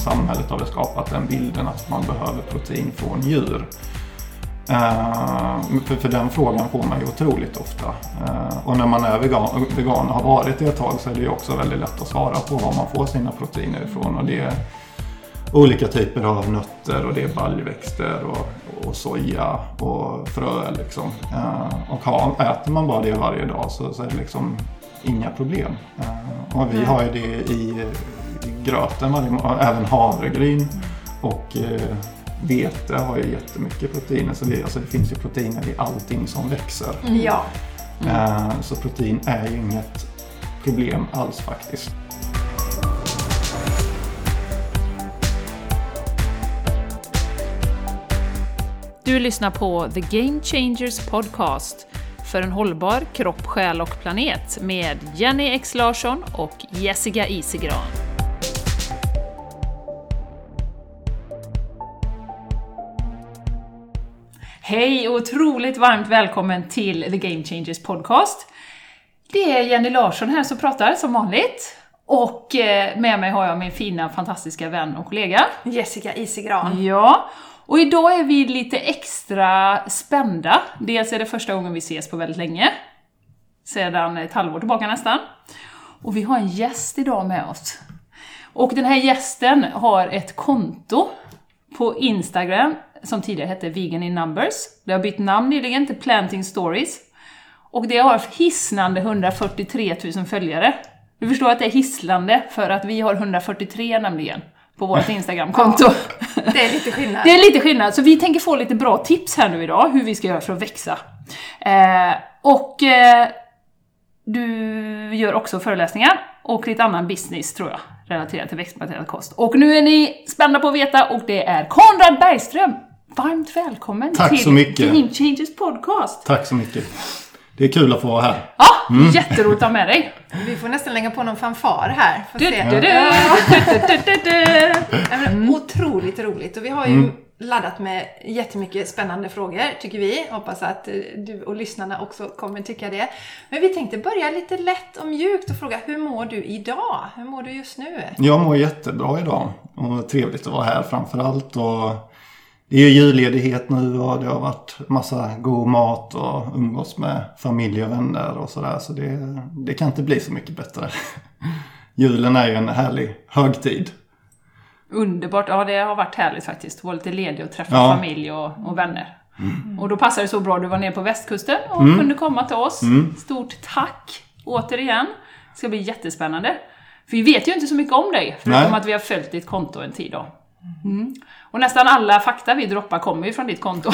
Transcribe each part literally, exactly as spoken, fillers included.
samhället har det skapat den bilden att man behöver protein från djur. Uh, för, för den frågan får man ju otroligt ofta. Uh, och när man är vegan, vegan och har varit det ett tag så är det ju också väldigt lätt att svara på var man får sina proteiner ifrån. Och det är olika typer av nötter och det är baljväxter och, och soja och frö liksom. Uh, och ha, äter man bara det varje dag så, så är det liksom inga problem. Uh, och vi har ju det i, i gröten, även havregryn och uh, vete har ju jättemycket proteiner, så det, alltså det finns ju proteiner i allting som växer. Mm. Ja. Mm. Uh, så protein är ju inget problem alls faktiskt. Du lyssnar på The Game Changers Podcast för en hållbar kropp, själ och planet med Jenny X Larsson och Jessica Isigran. Hej och otroligt varmt välkommen till The Game Changers Podcast. Det är Jenny Larsson här som pratar som vanligt. Och med mig har jag min fina, fantastiska vän och kollega Jessica Isigran. Ja, och idag är vi lite extra spända. Dels är det första gången vi ses på väldigt länge. Sedan ett halvår tillbaka nästan. Och vi har en gäst idag med oss. Och den här gästen har ett konto på Instagram som tidigare hette Vegan in Numbers. Det har bytt namn nyligen till Planting Stories. Och det har hisnande hundrafyrtiotre tusen följare. Du förstår att det är hisslande för att vi har hundrafyrtiotre nämligen på vårt Instagram-konto. Ja, det är lite skillnad. Det är lite skillnad, så vi tänker få lite bra tips här nu idag hur vi ska göra för att växa. Eh, och eh, du gör också föreläsningar och lite annan business tror jag, relaterat till växtbaserad kost. Och nu är ni spända på att veta, och det är Konrad Bergström. Varmt välkommen Tack till så mycket. Game Changers Podcast. Tack så mycket. Det är kul att få vara här. Ja, mm. Jätteroligt att ha med dig. Vi får nästan lägga på någon fanfar här. Får Du, se. du, du, du, du, du, du. Ja, men, otroligt roligt. Och vi har ju mm. laddat med jättemycket spännande frågor, tycker vi. Hoppas att du och lyssnarna också kommer tycka det. Men vi tänkte börja lite lätt och mjukt och fråga, hur mår du idag? Hur mår du just nu? Jag mår jättebra idag. Och trevligt att vara här framförallt. Och det är ju julledighet nu och det har varit massa god mat och umgås med familj och vänner och sådär. Så det, det kan inte bli så mycket bättre. Julen är ju en härlig högtid. Underbart, ja det har varit härligt faktiskt. Vara lite ledig och träffa ja. familj och, och vänner. Mm. Och då passar det så bra, du var nere på västkusten och mm. kunde komma till oss. Mm. Stort tack återigen. Det ska bli jättespännande. För vi vet ju inte så mycket om dig, förutom Nej. att vi har följt ditt konto en tid då. Mm. Och nästan alla fakta vi droppar kommer ju från ditt konto.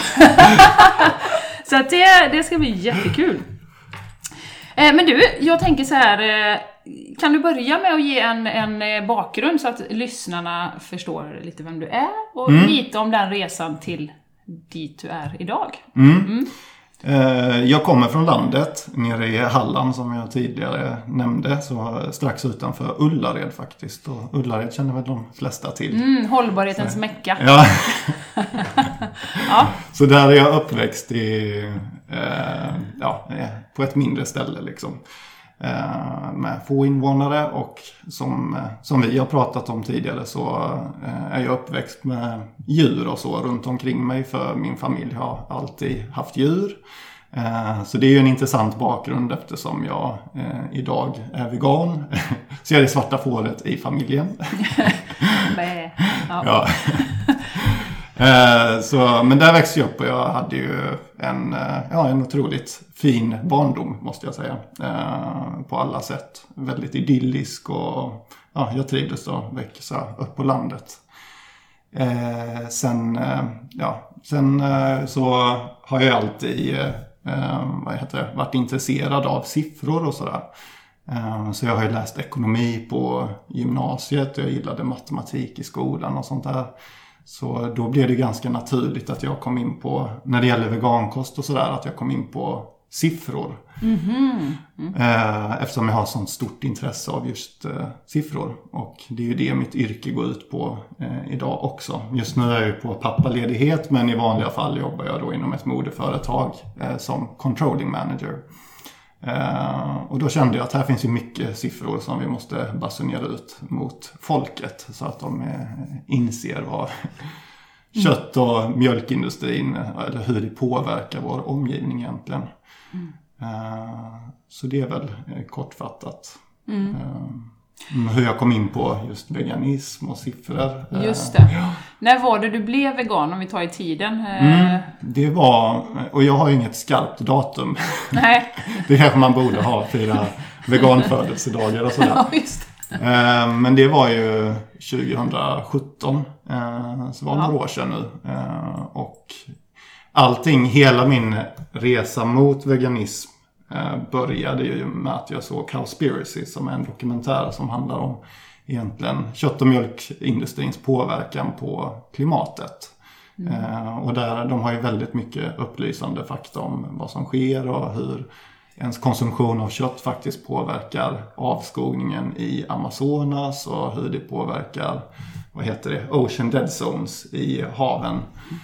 Så att det, det ska bli jättekul. Eh, men du, jag tänker så här, eh, kan du börja med att ge en, en bakgrund så att lyssnarna förstår lite vem du är och mm. lite om den resan till dit du är idag. Mm. Mm. Eh, jag kommer från landet, nere i Halland som jag tidigare nämnde, så strax utanför Ullared faktiskt. Och Ullared känner väl de flesta till. Mm, hållbarhetens så. Mecka. Ja. Ja. Så där är jag uppväxt i, eh, ja, på ett mindre ställe liksom. Eh, med få invånare, och som, som vi har pratat om tidigare så eh, är jag uppväxt med djur och så runt omkring mig, för min familj har alltid haft djur. Eh, så det är ju en intressant bakgrund eftersom jag eh, idag är vegan. Så jag är det svarta fåret i familjen. ja. Ja. Eh, så, men där växte jag upp och jag hade ju en, eh, ja, en otroligt fin barndom måste jag säga. Eh, på alla sätt. Väldigt idyllisk och ja, jag trivdes att växa upp på landet. Eh, sen eh, ja, sen eh, så har jag alltid eh, vad heter det, varit intresserad av siffror och sådär. Eh, så jag har ju läst ekonomi på gymnasiet och jag gillade matematik i skolan och sånt där. Så då blev det ganska naturligt att jag kom in på, när det gäller vegankost och sådär, att jag kom in på siffror. Mm-hmm. Mm. Eh, eftersom jag har sånt stort intresse av just eh, siffror. Och det är ju det mitt yrke går ut på eh, idag också. Just nu är jag ju på pappaledighet, men i vanliga fall jobbar jag då inom ett modeföretag eh, som controlling manager. Eh, och då kände jag att här finns ju mycket siffror som vi måste basunera ut mot folket. Så att de eh, inser vad kött- och mjölkindustrin, eller hur det påverkar vår omgivning egentligen. Mm. Eh, så det är väl eh, kortfattat. Mm. Eh, hur jag kom in på just veganism och siffror. Just det. Ja. När var det du blev vegan, om vi tar i tiden? Mm, det var, och jag har ju inget skarpt datum. Nej. Det kanske man borde ha, fyra veganfödelsedagar och sådär. Ja, just det. Men det var ju tjugosjutton, så det var några ja. år sedan nu. Och allting, hela min resa mot veganism började ju med att jag såg Cowspiracy, som är en dokumentär som handlar om egentligen kött- och mjölkindustrins påverkan på klimatet. Mm. Eh, och där de har ju väldigt mycket upplysande fakta om vad som sker och hur ens konsumtion av kött faktiskt påverkar avskogningen i Amazonas och hur det påverkar, vad heter det, Ocean Dead Zones i haven.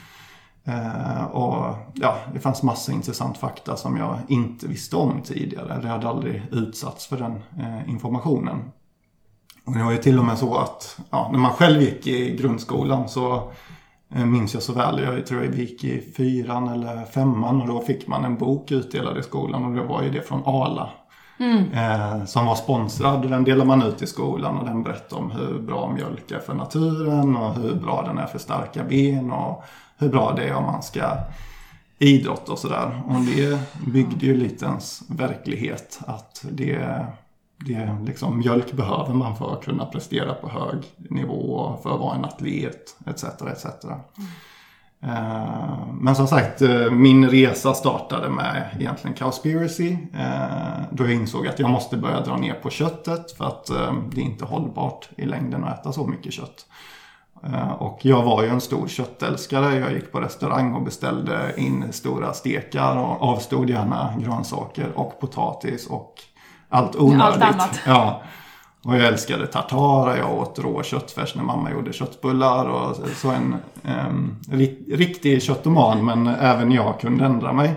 Uh, och ja, det fanns massa intressant fakta som jag inte visste om tidigare. Jag hade aldrig utsatts för den uh, informationen. Och det var ju till och med så att ja, när man själv gick i grundskolan så uh, minns jag så väl. Jag tror jag gick i fyran eller femman och då fick man en bok utdelad i skolan. Och det var ju det från Arla. Mm. Uh, som var sponsrad. Den delar man ut i skolan och den berättar om hur bra mjölk är för naturen och hur bra den är för starka ben och hur bra det är om man ska idrotta och sådär. Och det byggde ju lite ens verklighet. Att det, det liksom, mjölk behöver man för att kunna prestera på hög nivå. För att vara en atlet, et cetera et cetera. Mm. Men som sagt, min resa startade med egentligen Cowspiracy. Då jag insåg att jag måste börja dra ner på köttet. För att det är inte hållbart i längden att äta så mycket kött. Och jag var ju en stor köttälskare. Jag gick på restaurang och beställde in stora stekar och avstod gärna grönsaker och potatis och allt onödigt. Allt annat. Ja. Och jag älskade tartare. Jag åt rå köttfärs när mamma gjorde köttbullar och så en um, riktig köttoman, men även jag kunde ändra mig.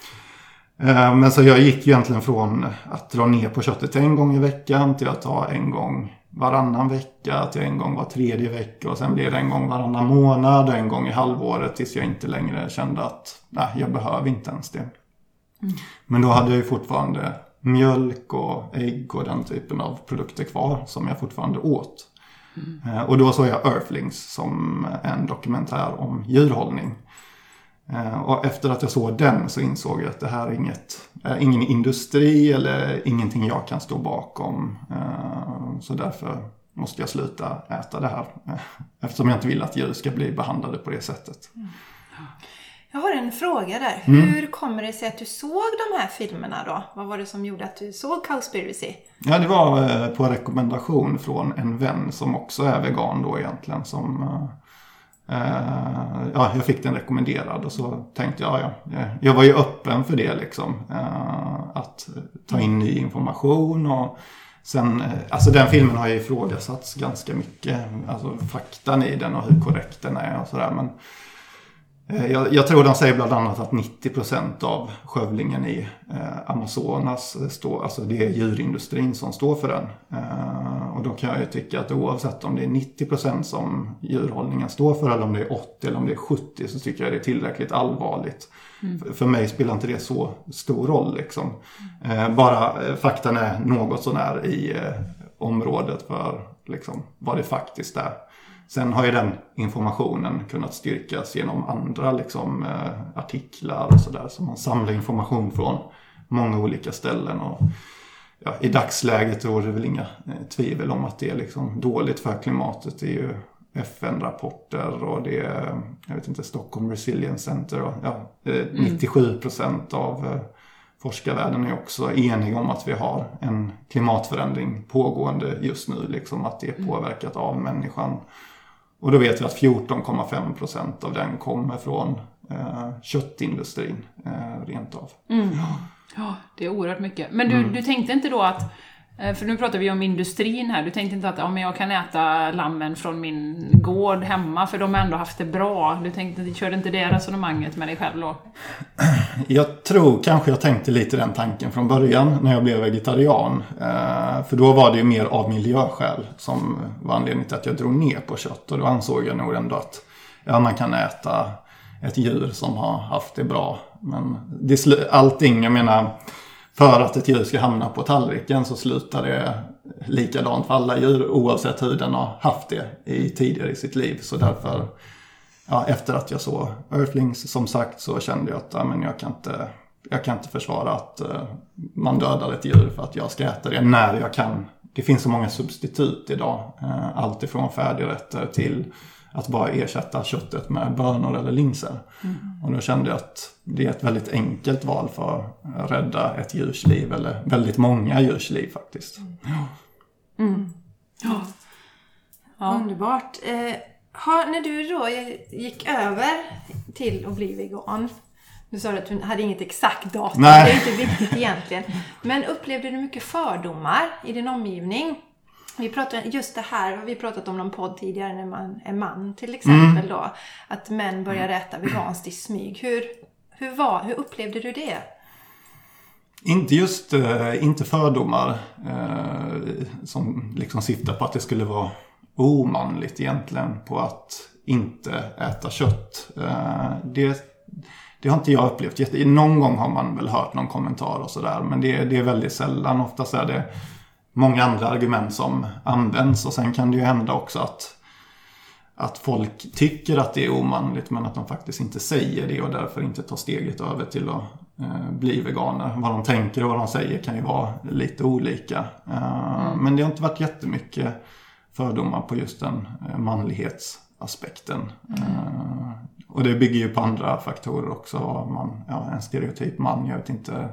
Uh, men så jag gick egentligen från att dra ner på köttet en gång i veckan till att ta en gång varannan vecka till en gång var tredje vecka och sen blev det en gång varannan månad och en gång i halvåret tills jag inte längre kände att nej, jag behöver inte ens det. Mm. Men då hade jag ju fortfarande mjölk och ägg och den typen av produkter kvar som jag fortfarande åt. Mm. Och då såg jag Earthlings som en dokumentär om djurhållning. Och efter att jag såg den så insåg jag att det här är inget, ingen industri eller ingenting jag kan stå bakom. Så därför måste jag sluta äta det här. Eftersom jag inte vill att djur ska bli behandlade på det sättet. Mm. Jag har en fråga där. Mm. Hur kommer det sig att du såg de här filmerna då? Vad var det som gjorde att du såg Cowspiracy? Ja, det var på rekommendation från en vän som också är vegan då egentligen. Som, uh, ja, jag fick den rekommenderad och så tänkte jag, ja, jag var ju öppen för det liksom. Uh, att ta in ny information och sen, alltså den filmen har ju ifrågasatts ganska mycket. Alltså faktan i den och hur korrekt den är och sådär, men Jag, jag tror de säger bland annat att nittio procent av skövlingen i eh, Amazonas står, alltså det är djurindustrin som står för den. Eh, och då kan jag ju tycka att oavsett om det är nittio procent som djurhållningen står för eller om det är åttio eller om det är sjuttio så tycker jag det är tillräckligt allvarligt. Mm. För, för mig spelar inte det så stor roll liksom. Eh, bara eh, faktan är något sånär i eh, området för liksom, vad det faktiskt är. Sen har ju den informationen kunnat styrkas genom andra liksom, eh, artiklar och sådär. Så man samlar information från många olika ställen. Och, ja, i dagsläget tror det väl inga eh, tvivel om att det är liksom, dåligt för klimatet. Det är ju F N-rapporter och det är jag vet inte, Stockholm Resilience Center. Och, ja, eh, nittiosju procent av eh, forskarvärlden är också eniga om att vi har en klimatförändring pågående just nu. Liksom, att det är påverkat av människan. Och då vet vi att fjorton komma fem procent av den kommer från eh, köttindustrin eh, rent av. Mm. Ja, det är oerhört mycket. Men du, mm. du tänkte inte då att För nu pratar vi om industrin här. Du tänkte inte att ja, men jag kan äta lammen från min gård hemma för de har ändå haft det bra. Du tänkte, du körde inte det resonemanget med dig själv då? Jag tror kanske jag tänkte lite den tanken från början när jag blev vegetarian. För då var det ju mer av miljöskäl som var anledningen till att jag drog ner på kött. Och då ansåg jag nog ändå att ja, man kan äta ett djur som har haft det bra. Men det sl- allting, jag menar... För att ett djur ska hamna på tallriken så slutar det likadant för alla djur oavsett hur den har haft det i tidigare i sitt liv. Så därför, ja, efter att jag såg Earthlings som sagt så kände jag att ja, men jag, kan inte, jag kan inte försvara att uh, man dödar ett djur för att jag ska äta det när jag kan. Det finns så många substitut idag, uh, allt ifrån färdigrätter till att bara ersätta köttet med bönor eller linser. Mm. Och då kände jag att det är ett väldigt enkelt val för att rädda ett djurs liv. Eller väldigt många djurs liv faktiskt. Ja. Mm. Ja. Ja. Underbart. Eh, har, när du då gick över till att bli vegan. Du sa att du hade inget exakt datum. Nej. Det är inte viktigt egentligen. Men upplevde du mycket fördomar i din omgivning? Vi pratar just det här, vi pratat om någon podd tidigare när man är man till exempel mm. då. Att män börjar äta veganskt i smyg. Hur, hur, var, hur upplevde du det? Inte just, äh, inte fördomar äh, som liksom syftar på att det skulle vara omanligt egentligen på att inte äta kött. Äh, det, det har inte jag upplevt. Någon gång har man väl hört någon kommentar och sådär, men det, det är väldigt sällan. Oftast är det många andra argument som används och sen kan det ju hända också att, att folk tycker att det är omanligt men att de faktiskt inte säger det och därför inte tar steget över till att eh, bli veganer. Vad de tänker och vad de säger kan ju vara lite olika. Eh, mm. Men det har inte varit jättemycket fördomar på just den eh, manlighetsaspekten. Mm. Eh, och det bygger ju på andra faktorer också. Man, ja, en stereotyp man, jag vet inte...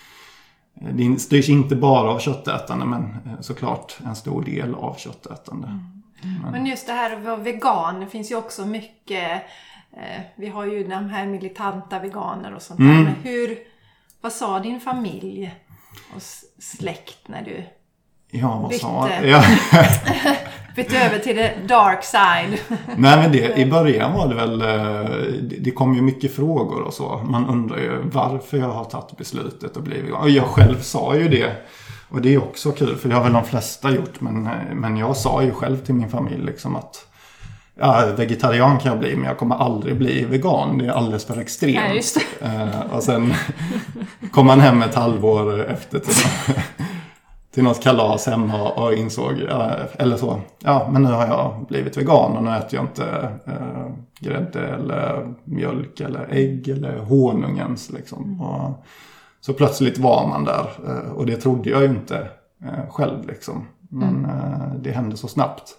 Det styrs inte bara av köttätande men såklart en stor del av köttätande. Mm. Men... men just det här att vara vegan, det finns ju också mycket, eh, vi har ju de här militanta veganer och sånt mm. där. Men hur, vad sa din familj och släkt när du ja, vad bytte, sa ja. bytte över till the dark side? Nej men det, i början var det väl, det kom ju mycket frågor och så. Man undrar ju varför jag har tagit beslutet att bli vegan. Och jag själv sa ju det. Och det är också kul för det har väl de flesta gjort. Men, men jag sa ju själv till min familj liksom att ja, vegetarian kan jag bli men jag kommer aldrig bli vegan. Det är alldeles för extremt. Ja, just det. Uh, och sen kom man hem ett halvår efter till till något kalas hemma och insåg, eller så, ja men nu har jag blivit vegan och nu äter jag inte äh, grädde eller mjölk eller ägg eller honung ens liksom. Och så plötsligt var man där och det trodde jag ju inte äh, själv liksom. Men äh, det hände så snabbt.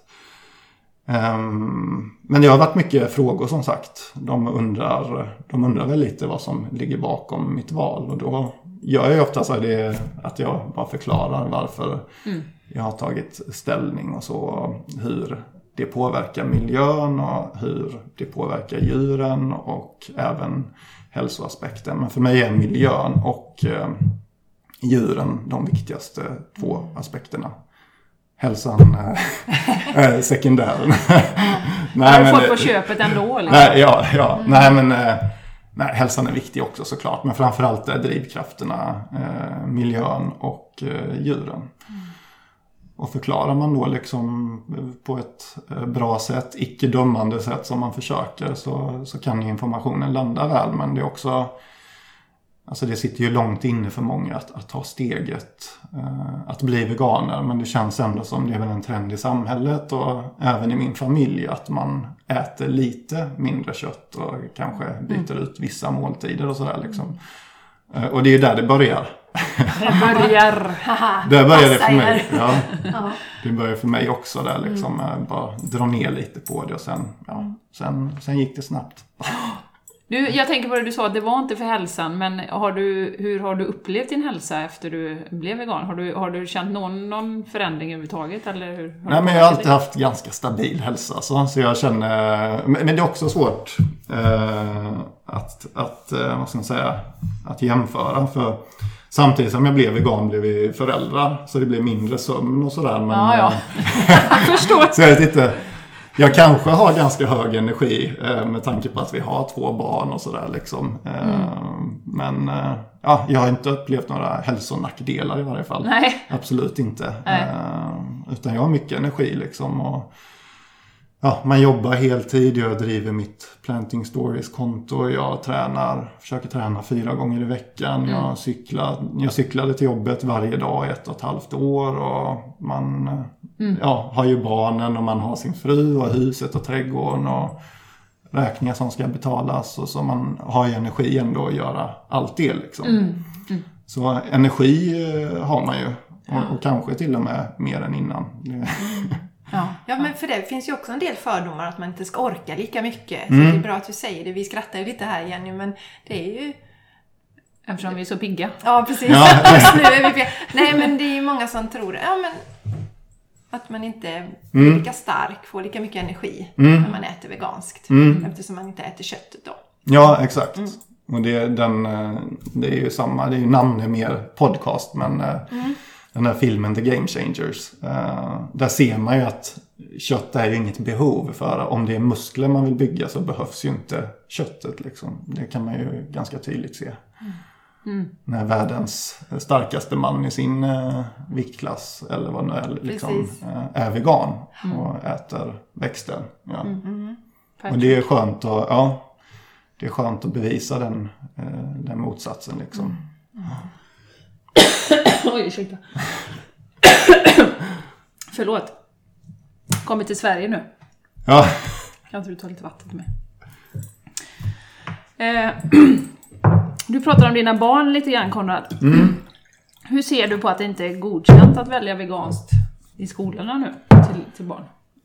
Um, men det har varit mycket frågor som sagt. De undrar, de undrar väl lite vad som ligger bakom mitt val och då gör jag ju ofta så det att jag bara förklarar varför mm. jag har tagit ställning och så hur det påverkar miljön och hur det påverkar djuren och även hälsoaspekten. Men för mig är miljön och eh, djuren de viktigaste två aspekterna. Hälsan är sekundär. Nej, har du fått på köpet ändå? Liksom? Nej, ja, ja. Mm. Nej, men nej, hälsan är viktig också såklart. Men framförallt är drivkrafterna eh, miljön och eh, djuren. Mm. Och förklarar man då liksom på ett eh, bra sätt, icke-dömande sätt som man försöker så, så kan informationen landa väl. Men det är också... Alltså det sitter ju långt inne för många att, att ta steget eh, att bli veganer. Men det känns ändå som det är väl en trend i samhället och även i min familj att man äter lite mindre kött och kanske byter ut vissa måltider och sådär liksom. Eh, och det är ju där det börjar. Det börjar. Där börjar det för mig. Ja. Det börjar för mig också där liksom. Mm. Bara dra ner lite på det och sen, ja, sen, sen gick det snabbt. Du, jag tänker på det du sa att det var inte för hälsan, men har du, hur har du upplevt din hälsa efter du blev vegan? Har du, har du känt någon, någon förändring överhuvudtaget? Eller hur, Nej, men jag har alltid det? haft ganska stabil hälsa. Så, så jag känner, men det är också svårt. Eh, att, att, vad ska man säga, att jämföra. För samtidigt som jag blev vegan blev vi föräldrar. Så det blev mindre sömn och sådär. Men, ja, ja. Jag förstår. Så jag vet inte. Jag kanske har ganska hög energi eh, med tanke på att vi har två barn och sådär liksom. Eh, mm. Men eh, ja, jag har inte upplevt några hälsonackdelar i varje fall. Nej. Absolut inte. Eh, utan jag har mycket energi liksom. Och, ja, man jobbar heltid, jag driver mitt Planting Stories-konto, jag tränar, försöker träna fyra gånger i veckan. Mm. Jag, cyklar, jag cyklade till jobbet varje dag i ett och ett halvt år och man mm. ja, har ju barnen och man har sin fru och huset och trädgården och räkningar som ska betalas och så man har ju energi ändå att göra allt det liksom. Mm. Mm. Så energi har man ju och, och kanske till och med mer än innan. Ja. ja, men för det finns ju också en del fördomar att man inte ska orka lika mycket. Så mm. det är bra att du säger det. Vi skrattar ju lite här, Jenny, men det är ju... Eftersom vi är så pigga. Ja, precis. Ja. Just nu är vi pigga. Nej, men det är ju många som tror ja, men att man inte är mm. lika stark, får lika mycket energi mm. när man äter veganskt. Mm. Eftersom man inte äter köttet då. Ja, exakt. Mm. Och det, den, det är ju samma, det är ju namnet mer podcast, men... Mm. Den här filmen The Game Changers. Uh, där ser man ju att kött är ju inget behov. För om det är muskler man vill bygga så behövs ju inte köttet. Liksom. Det kan man ju ganska tydligt se. Mm. Mm. När världens starkaste man i sin uh, viktklass eller vad nu är, liksom, uh, är vegan mm. och äter växter. Ja. Mm. Mm. Och det är skönt att, ja, det är skönt att bevisa den, uh, den motsatsen. Liksom. Mm. Mm. Oj, ursäkta. Förlåt. Kommer till Sverige nu. Ja. Kan inte du ta lite vatten till mig? Eh, du pratar om dina barn lite grann, Konrad. Mm. Hur ser du på att det inte är godkänt att välja veganskt i skolorna nu till, till barn?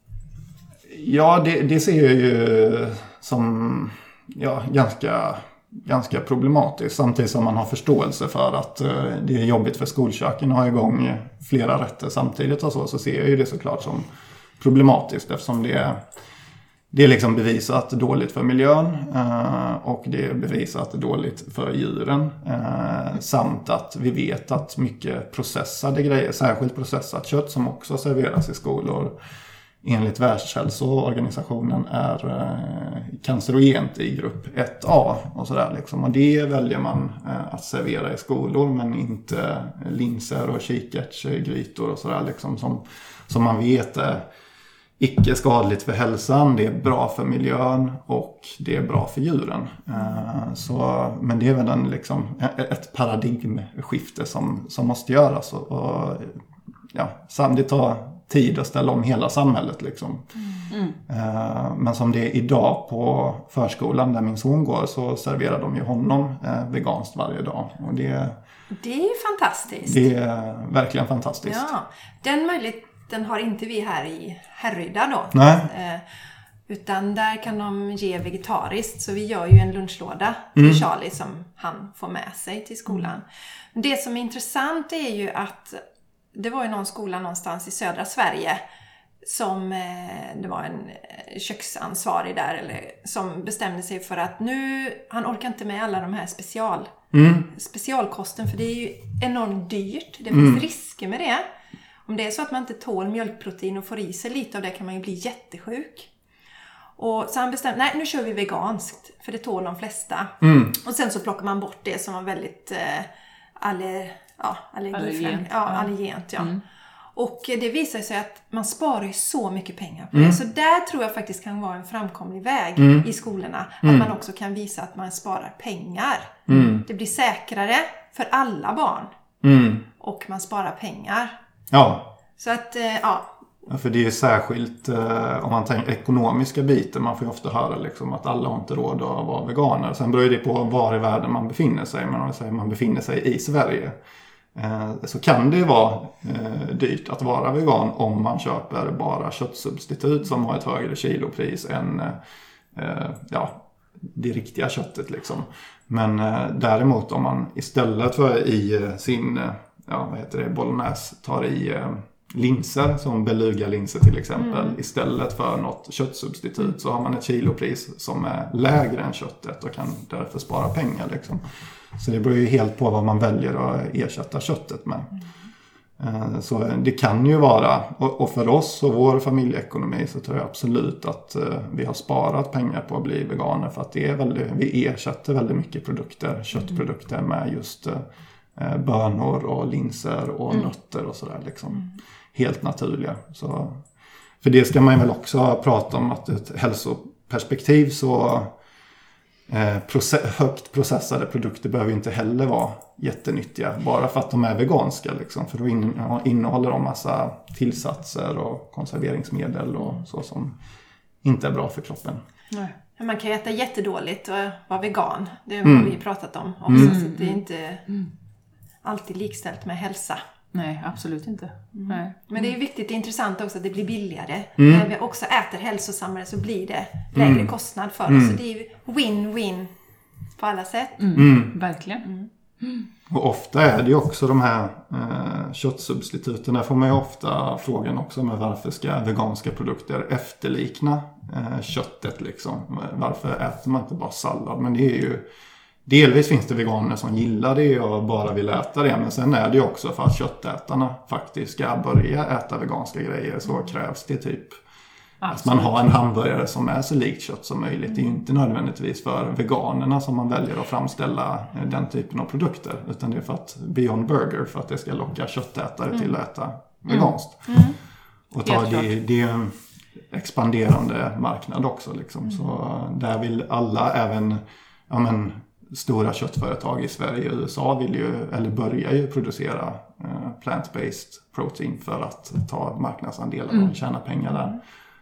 Ja, det, det ser jag ju som ja, ganska... ganska problematiskt, samtidigt som man har förståelse för att uh, det är jobbigt för skolköken att ha igång flera rätter samtidigt och så, så ser jag ju det såklart som problematiskt eftersom det är, det är liksom bevisat dåligt för miljön uh, och det är bevisat dåligt för djuren uh, samt att vi vet att mycket processade grejer, särskilt processat kött som också serveras i skolor enligt Världshälsoorganisationen är eh, cancerogent i grupp ett A och sådär liksom. Och det väljer man eh, att servera i skolor men inte linser och kikärtsgrytor och sådär liksom som, som man vet är icke skadligt för hälsan, det är bra för miljön och det är bra för djuren. Eh, så, men det är väl en, liksom, ett paradigmskifte som, som måste göras och, och ja, samtidigt tar tid att ställa om hela samhället liksom. Mm. Uh, men som det är idag på förskolan där min son går så serverar de ju honom uh, veganskt varje dag. Och det, det är ju fantastiskt. Det är verkligen fantastiskt. Ja, den möjligheten har inte vi här i Härryda då. Nej. Uh, utan där kan de ge vegetariskt. Så vi gör ju en lunchlåda till mm. Charlie som han får med sig till skolan. Men det som är intressant är ju att det var ju någon skola någonstans i södra Sverige som eh, det var en köksansvarig där eller, som bestämde sig för att nu, han orkar inte med alla de här special, mm. specialkosten för det är ju enormt dyrt. Det finns mm. risker med det. Om det är så att man inte tål mjölkprotein och får i sig lite av det kan man ju bli jättesjuk. Och så han bestämde, nej nu kör vi veganskt för det tål de flesta. Mm. Och sen så plockar man bort det som var väldigt eh, aller, ja, allergifrämjande. Ja, allergent, ja. Mm. Och det visar sig att man sparar ju så mycket pengar på mm. det. Så där tror jag faktiskt kan vara en framkomlig väg mm. i skolorna. Mm. Att man också kan visa att man sparar pengar. Mm. Det blir säkrare för alla barn. Mm. Och man sparar pengar. Ja. Så att, ja. Ja, för det är särskilt eh, om man tänker ekonomiska biten. Man får ju ofta höra liksom, att alla har inte råd att vara veganer. Sen beror det på var i världen man befinner sig. Men om säger man befinner sig i Sverige. Eh, så kan det vara eh, dyrt att vara vegan om man köper bara köttsubstitut som har ett högre kilopris än eh, ja, det riktiga köttet. Liksom. Men eh, däremot om man istället för i sin, ja vad heter det, bolognese tar i... Eh, linser som beluga-linser till exempel. Mm. Istället för något köttsubstitut så har man ett kilopris som är lägre än köttet och kan därför spara pengar. Liksom. Så det beror ju helt på vad man väljer att ersätta köttet med. Mm. Så det kan ju vara, och för oss och vår familjeekonomi så tror jag absolut att vi har sparat pengar på att bli veganer för att det är väldigt, vi ersätter väldigt mycket produkter, köttprodukter med just bönor och linser och mm. nötter och sådär liksom. Mm. Helt naturliga. Så, för det ska man väl också prata om att ett hälsoperspektiv så eh, process, högt processade produkter behöver inte heller vara jättenyttiga bara för att de är veganska liksom. För då in, innehåller de massa tillsatser och konserveringsmedel och så som inte är bra för kroppen. Nej. Man kan äta jättedåligt och vara vegan. Det har mm. vi pratat om också. Mm. Så det är inte mm. alltid likställt med hälsa. Nej, absolut inte. Mm. Nej. Men det är ju viktigt och intressant också att det blir billigare. Mm. När vi också äter hälsosammare så blir det lägre mm. kostnad för oss. Mm. Så det är ju win-win på alla sätt. Mm. Mm. Verkligen. Mm. Mm. Och ofta är det ju också de här eh, köttsubstituten. Där får man ju ofta frågan också med varför ska veganska produkter efterlikna eh, köttet liksom. Varför äter man inte bara sallad? Men det är ju delvis finns det veganer som gillar det och bara vill äta det. Men sen är det ju också för att köttätarna faktiskt ska börja äta veganska grejer så krävs det typ att man har en hamburgare som är så likt kött som möjligt. Det är ju inte nödvändigtvis för veganerna som man väljer att framställa den typen av produkter. Utan det är för att Beyond Burger för att det ska locka köttätare mm. till att äta veganskt. Mm. Mm. Och ta det, det är en expanderande marknad också. Liksom. Mm. Så där vill alla, även ja, men, stora köttföretag i Sverige och U S A vill ju, eller börjar ju producera eh, plant-based protein för att ta marknadsandelar och mm. tjäna pengar där.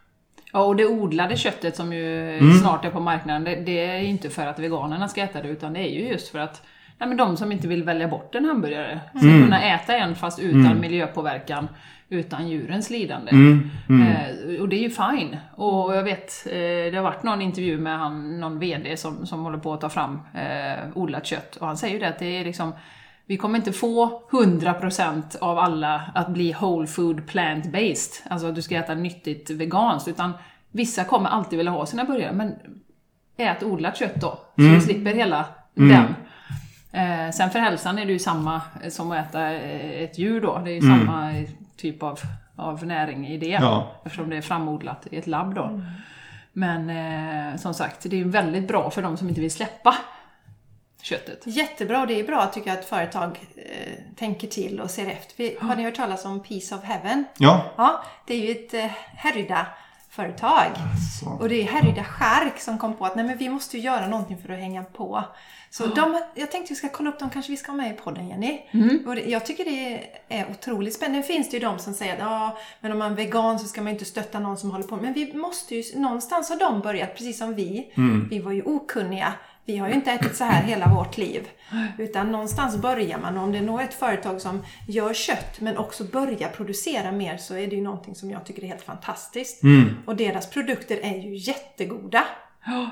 Ja, och det odlade köttet som ju mm. snart är på marknaden, det, det är inte för att veganerna ska äta det utan det är ju just för att nej, men de som inte vill välja bort en hamburgare ska mm. kunna äta en fast utan mm. miljöpåverkan, utan djurens lidande. Mm. Mm. Eh, och det är ju fine. Och jag vet, eh, det har varit någon intervju med han, någon vd som, som håller på att ta fram eh, odlat kött. Och han säger ju det att det är liksom, vi kommer inte få hundra procent av alla att bli whole food plant-based. Alltså att du ska äta nyttigt veganskt. Utan vissa kommer alltid vilja ha sina burgare. Men ät odlat kött då. Så mm. du slipper hela mm. den. Eh, sen för hälsan är det ju samma som att äta ett djur då. Det är ju mm. samma typ av, av näring i det. Ja. Eftersom det är framodlat i ett labb då. Mm. Men eh, som sagt, det är väldigt bra för de som inte vill släppa köttet. Jättebra, det är bra tycker jag att företag eh, tänker till och ser efter. Vi, har ni hört talas om Piece of Heaven? Ja. Ja, det är ju ett eh, Härryda företag. Så. Och det är Härryda Skärk som kom på att nej, men vi måste ju göra någonting för att hänga på. Så mm. de, jag tänkte vi ska kolla upp dem, kanske vi ska ha med i podden, Jenny. Mm. Och det, jag tycker det är otroligt spännande. Det finns det ju de som säger att ja, men om man är vegan så ska man inte stötta någon som håller på. Men vi måste ju, någonstans har de börjat, precis som vi. Mm. Vi var ju okunniga. Vi har ju inte ätit så här hela vårt liv. Utan någonstans börjar man. Om det är nog ett företag som gör kött men också börjar producera mer så är det ju någonting som jag tycker är helt fantastiskt. Mm. Och deras produkter är ju jättegoda. Ja,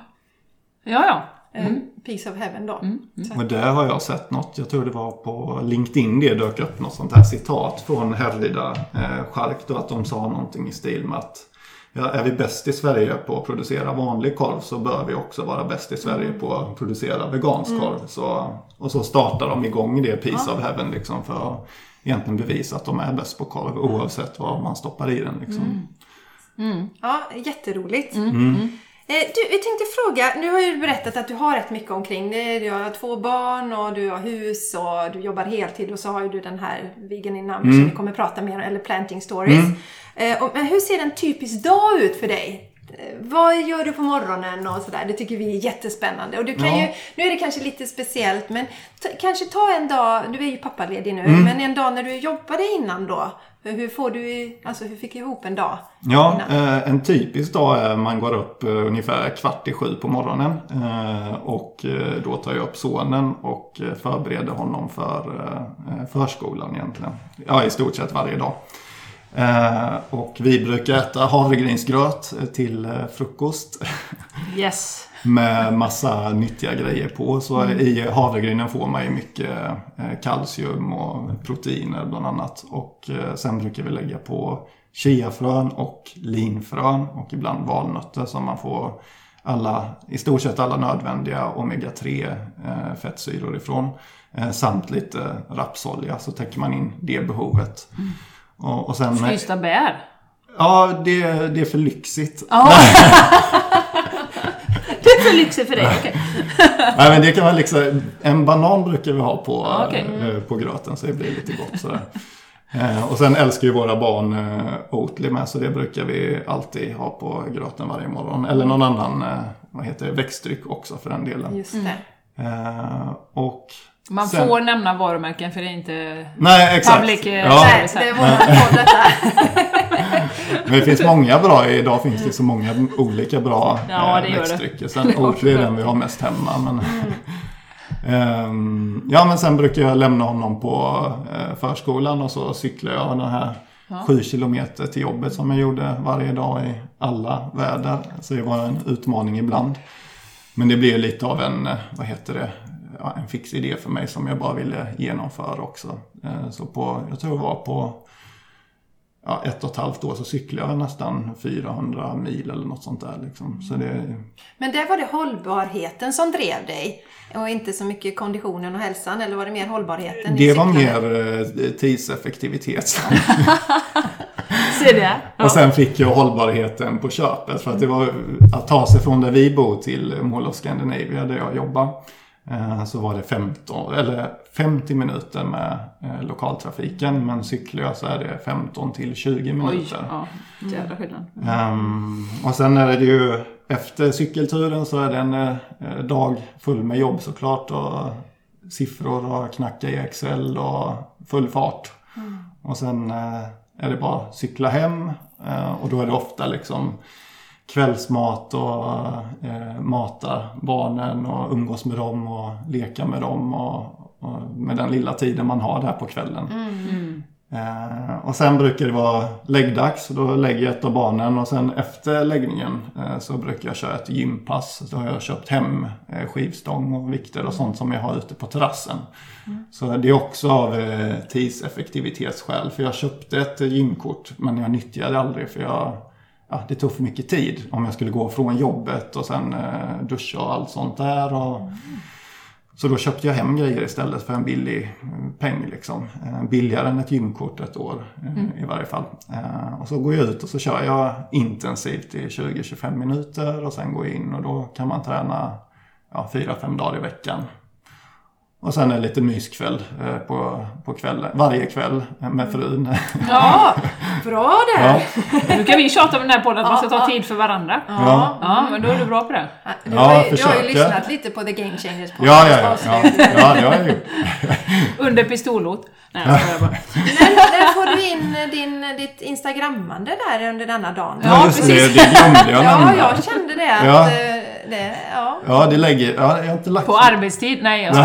ja. Mm. Piece of Heaven då. Mm. Mm. Och där har jag sett något, jag tror det var på LinkedIn det dök upp något sånt här citat från Härryda eh, Skärk då, att de sa någonting i stil med att ja, är vi bäst i Sverige på att producera vanlig korv så bör vi också vara bäst i Sverige mm. på att producera vegansk korv. Mm. Så, och så startar de igång det Piece ja. of Heaven liksom, för att egentligen bevisa att de är bäst på korv oavsett vad man stoppar i den. Liksom. Mm. Mm. Ja, jätteroligt. Mm. Mm. Du, jag tänkte fråga, nu har ju berättat att du har rätt mycket omkring det. Du har två barn och du har hus och du jobbar heltid och så har du den här Vegan in Numbers mm. som vi kommer prata mer om, eller Planting Stories. Mm. Eh, och, men hur ser en typisk dag ut för dig? Eh, vad gör du på morgonen och sådär? Det tycker vi är jättespännande. Och du kan ja. ju, nu är det kanske lite speciellt, men t- kanske ta en dag, du är ju pappaledig nu, mm. men en dag när du jobbade innan då. Hur får du, alltså hur fick du ihop en dag? Ja, eh, en typisk dag är man går upp eh, ungefär kvart i sju på morgonen eh, och eh, då tar jag upp sonen och eh, förbereder honom för eh, förskolan egentligen. Ja, i stort sett varje dag. Eh, och vi brukar äta havregrynsgröt till eh, frukost. Yes. med massa nyttiga grejer på. Så mm. i havregrynen får man ju mycket kalcium och proteiner bland annat. Och sen brukar vi lägga på chiafrön och linfrön och ibland valnötter som man får alla, i stort sett alla nödvändiga omega tre eh, fettsyror ifrån. Eh, samt lite rapsolja, så täcker man in det behovet. Mm. Och, och sen, frysta bär? Ja, det, det är för lyxigt. Oh. Det är för lyxigt för dig, okej. Okay. Nej, men det kan vara liksom, en banan brukar vi ha på, okay. eh, på gröten, så det blir lite gott sådär. Eh, och sen älskar ju våra barn eh, Oatly med, så det brukar vi alltid ha på gröten varje morgon. Eller någon annan eh, vad heter det, växtdryck också för den delen. Just det. Eh, och man sen, får nämna varumärken för det är inte nej, exakt. public. Ja. Nej, det är våran podd detta. Men det finns många bra, idag finns det så många olika bra ja, eh, växtdrycker. Sen Oatly är den vi har mest hemma. Men mm. um, ja, men sen brukar jag lämna honom på uh, förskolan och så cyklar jag den här ja. sju kilometer till jobbet som jag gjorde varje dag i alla väder. Så det var en utmaning ibland. Men det blir lite av en, vad heter det, ja, en fix idé för mig som jag bara ville genomföra också. Uh, så på, jag tror det var på ja, ett och ett halvt år så cyklade jag nästan fyrahundra mil eller något sånt där. Liksom. Så det... Men där var det hållbarheten som drev dig? Och inte så mycket konditionen och hälsan? Eller var det mer hållbarheten? Det var mer eh, tidseffektivitet. Ser det? Ja. Och sen fick jag hållbarheten på köpet. För att det var att ta sig från där vi bor till Mall of Scandinavia där jag jobbar. Eh, så var det femton, eller femtio minuter med eh, lokaltrafiken. Men cyklar jag så är det femton till tjugo minuter. Oj, ja. Jävla skillnad. Um, och sen är det ju efter cykelturen så är det en eh, dag full med jobb såklart. Och siffror och knacka i Excel och full fart. Mm. Och sen eh, är det bara cykla hem. Eh, och då är det ofta liksom kvällsmat och eh, mata barnen och umgås med dem och leka med dem och, och med den lilla tiden man har där på kvällen. Mm. Eh, och sen brukar det vara läggdags, då lägger jag ett av barnen och sen efter läggningen eh, så brukar jag köra ett gympass. Så har jag köpt hem eh, skivstång och vikter och sånt som jag har ute på terrassen. Mm. Så det är också av eh, tidseffektivitetsskäl, för jag köpte ett gymkort men jag nyttjade aldrig för jag Ja, det tog för mycket tid om jag skulle gå från jobbet och sen eh, duscha och allt sånt där. Och, mm. Så då köpte jag hem grejer istället för en billig peng. Liksom. Eh, billigare än ett gymkort ett år eh, mm. i varje fall. Eh, och så går jag ut och så kör jag intensivt i tjugo till tjugofem minuter och sen går jag in och då kan man träna ja, fyra fem dagar i veckan. Och sen en liten myskväll eh, på, på kvällen, varje kväll med frun. Ja, bra det! Ja. Nu kan vi tjata om den här podden att man ska ta tid för varandra. Ja, ja men då är du bra på det. Du har, ja, du har ju lyssnat lite på The Game Changers podcast. Ja, ja, ja. ja, ja det har jag gjort. Under pistolhot. Nej, jag skojar bara. när, när får du in din, ditt Instagrammande där under denna dagen? Ja, ja just det, det glömde jag Ja, jag kände det. Att, ja. det ja. ja, det lägger ja, jag har inte lagt på arbetstid? Nej, jag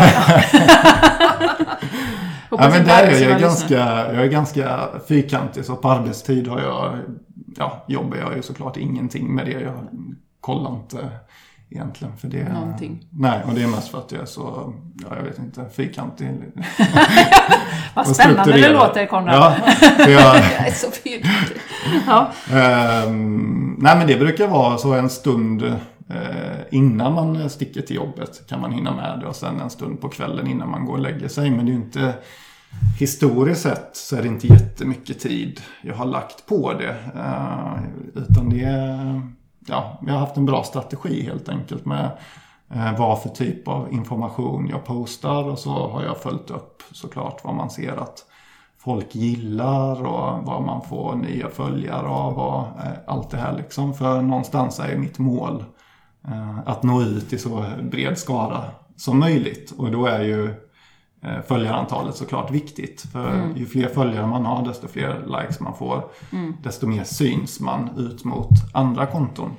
Ja, men där är jag, ganska, jag är ganska fyrkantig, så på arbetstid har jag, ja, jobbar jag ju såklart ingenting med det. Jag kollar inte egentligen för det. Någonting. Nej, och det är mest för att jag är så, ja, jag vet inte, fyrkantig. Vad spännande det låter, Konrad. Ja, för jag, jag är så fyrkantig. Ja. Um, nej, men det brukar vara så en stund uh, innan man sticker till jobbet kan man hinna med det, och sen en stund på kvällen innan man går och lägger sig. Men det är ju inte, historiskt sett så är det inte jättemycket tid jag har lagt på det. Uh, utan det är, ja, jag har haft en bra strategi helt enkelt med uh, vad för typ av information jag postar, och så har jag följt upp såklart vad man ser att folk gillar och vad man får nya följare av och eh, allt det här liksom. För någonstans är mitt mål eh, att nå ut i så bred skara som möjligt. Och då är ju eh, följarantalet såklart viktigt. För mm. ju fler följare man har, desto fler likes man får. Mm. Desto mer syns man ut mot andra konton.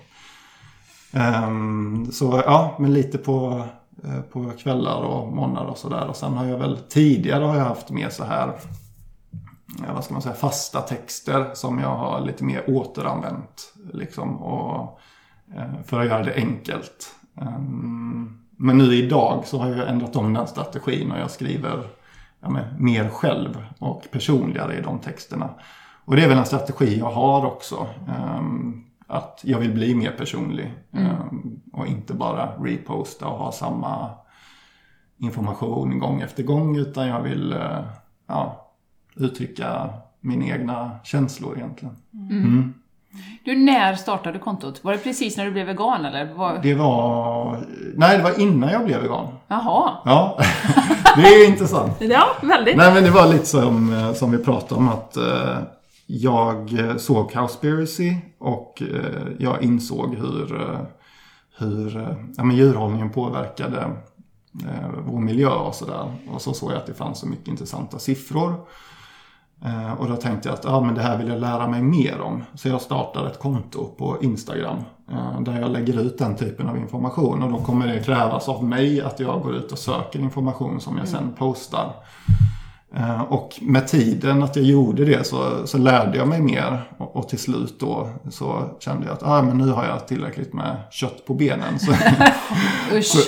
Um, så ja, men lite på, eh, på kvällar och månader och sådär. Och sen har jag väl tidigare har jag haft mer så här, ja, vad ska man säga, fasta texter som jag har lite mer återanvänt liksom, och, eh, för att göra det enkelt. Um, men nu idag så har jag ändrat om den strategin och jag skriver ja, men, mer själv och personligare i de texterna. Och det är väl en strategi jag har också. Um, att jag vill bli mer personlig. Mm. Um, och inte bara reposta och ha samma information gång efter gång. Utan jag vill uh, ja, uttrycka mina egna känslor egentligen. Mm. Mm. Du, när startade kontot? Var det precis när du blev vegan eller? Var... Det var... Nej, det var innan jag blev vegan. Jaha. Ja, det är intressant. Ja, väldigt. Nej, men det var lite som, som vi pratade om att uh, jag såg Cowspiracy och uh, jag insåg hur, uh, hur uh, ja, men djurhållningen påverkade uh, vår miljö och sådär. Och så såg jag att det fanns så mycket intressanta siffror. Uh, och då tänkte jag att ah, men det här vill jag lära mig mer om. Så jag startade ett konto på Instagram uh, där jag lägger ut den typen av information. Och då kommer det krävas av mig att jag går ut och söker information som jag sen postar. Uh, och med tiden att jag gjorde det så, så lärde jag mig mer. Och, och till slut då så kände jag att ah, men nu har jag tillräckligt med kött på benen. Så, så,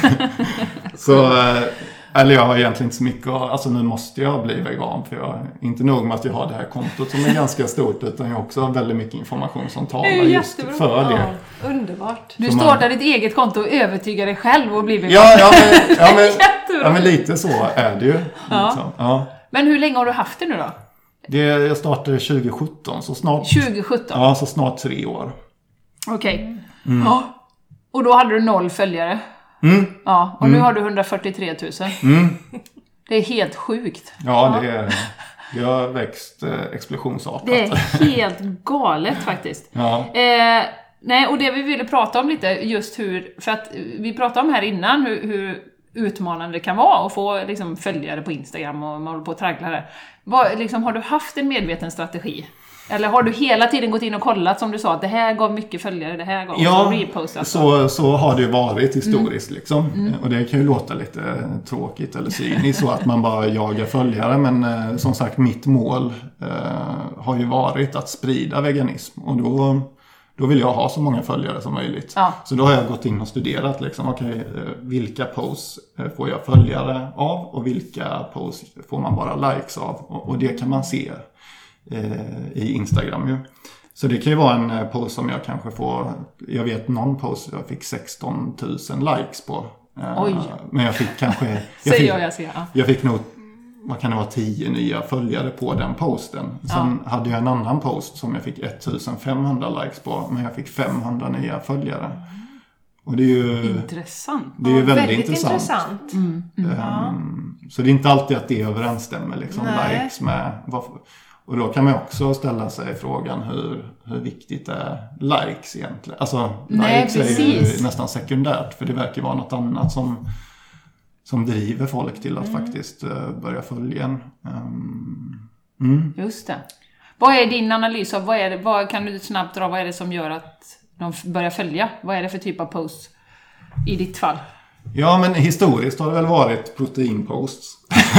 så uh, eller jag har egentligen inte så mycket, alltså nu måste jag bli vegan för jag inte nog med att jag har det här kontot som är ganska stort utan jag också har väldigt mycket information som talar just för det. Ja, underbart. Du startar ditt eget konto och övertygar dig själv och blir vegan. Ja, ja, men, ja, men, ja, men lite så är det ju. Ja. Liksom. Ja. Men hur länge har du haft det nu då? Det, jag startade tjugo sjutton, så snart, tjugo sjutton? Ja, så snart tre år. Okej. Okay. Mm. Ja. Och då hade du noll följare? Mm. Ja, och mm. nu har du hundrafyrtiotre tusen. Mm. Det är helt sjukt. Ja, det, är, det har växt eh, explosionsartat. Det är helt galet faktiskt. Ja. Eh, nej, och det vi ville prata om lite, just hur, för att vi pratade om här innan hur, hur utmanande det kan vara att få liksom, följare på Instagram och man håller på att traggla det. Vad, liksom, har du haft en medveten strategi? Eller har du hela tiden gått in och kollat som du sa att det här gav mycket följare, det här gav ja, repostat? Så, så har det varit historiskt mm. liksom. Mm. Och det kan ju låta lite tråkigt eller cyniskt så att man bara jagar följare. Men eh, som sagt, mitt mål eh, har ju varit att sprida veganism. Och då, då vill jag ha så många följare som möjligt. Ja. Så då har jag gått in och studerat liksom, okay, eh, vilka posts får jag följare av och vilka posts får man bara likes av. Och, och det kan man se i Instagram ju. Så det kan ju vara en post som jag kanske får, jag vet någon post jag fick sexton tusen likes på. Oj. Men jag fick kanske jag fick, jag, jag, ser, ja. jag fick nog, vad kan det vara, tio nya följare på den posten. Sen ja. hade jag en annan post som jag fick ettusenfemhundra likes på, men jag fick femhundra nya följare. Och det är ju intressant. Det är ju ja, väldigt, väldigt intressant. intressant. Mm. Mm. Um, Ja. Så det är inte alltid att det överensstämmer liksom, Nej. likes med varför. Och då kan man också ställa sig frågan hur, hur viktigt är likes egentligen? Alltså Nej, likes precis. är ju nästan sekundärt för det verkar vara något annat som, som driver folk till att mm. faktiskt uh, börja följa en. Um, mm. Just det. Vad är din analys av, vad är det, vad kan du snabbt dra, vad är det som gör att de börjar följa? Vad är det för typ av posts i ditt fall? Ja, men historiskt har det väl varit proteinposts.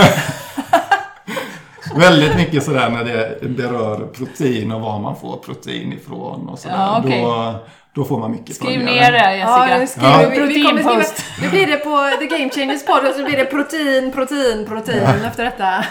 Väldigt mycket sådär när det berör protein och var man får protein ifrån och sådär. Ja, okay. då, då får man mycket Skriv följare. ner det, Jessica. Ja, skriv, ja. Vi, vi kommer skriva, Proteinpost. nu blir det på The Game Changers podd och så blir det protein, protein, protein ja. efter detta.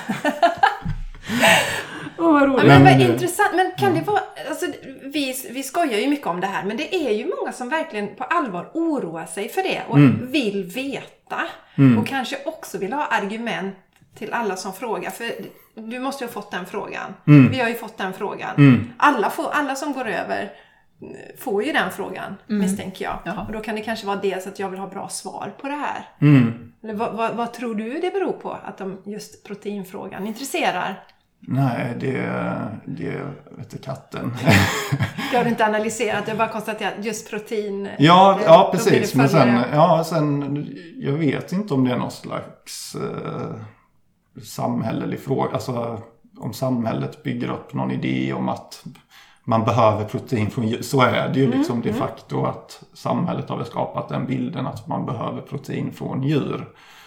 Åh, oh, vad roligt. Ja, men vad intressant. Men kan det vara, alltså, vi, vi skojar ju mycket om det här, men det är ju många som verkligen på allvar oroar sig för det och mm. vill veta. Mm. Och kanske också vill ha argument till alla som frågar. För du måste ju ha fått den frågan. Mm. Vi har ju fått den frågan. Mm. Alla, får, alla som går över får ju den frågan, mm. misstänker jag. Jaha. Och då kan det kanske vara dels att jag vill ha bra svar på det här. Mm. Eller vad, vad, vad tror du det beror på att de just proteinfrågan intresserar? Nej, det, det vet inte katten. Jag har inte analyserat, jag har bara konstaterat just protein. Ja, det, ja precis. Men sen, ja, sen, jag vet inte om det är någon slags eh, samhällelig fråga. Alltså om samhället bygger upp någon idé om att man behöver protein från djur. Så är det ju mm, liksom de mm. facto att samhället har skapat den bilden att man behöver protein från djur.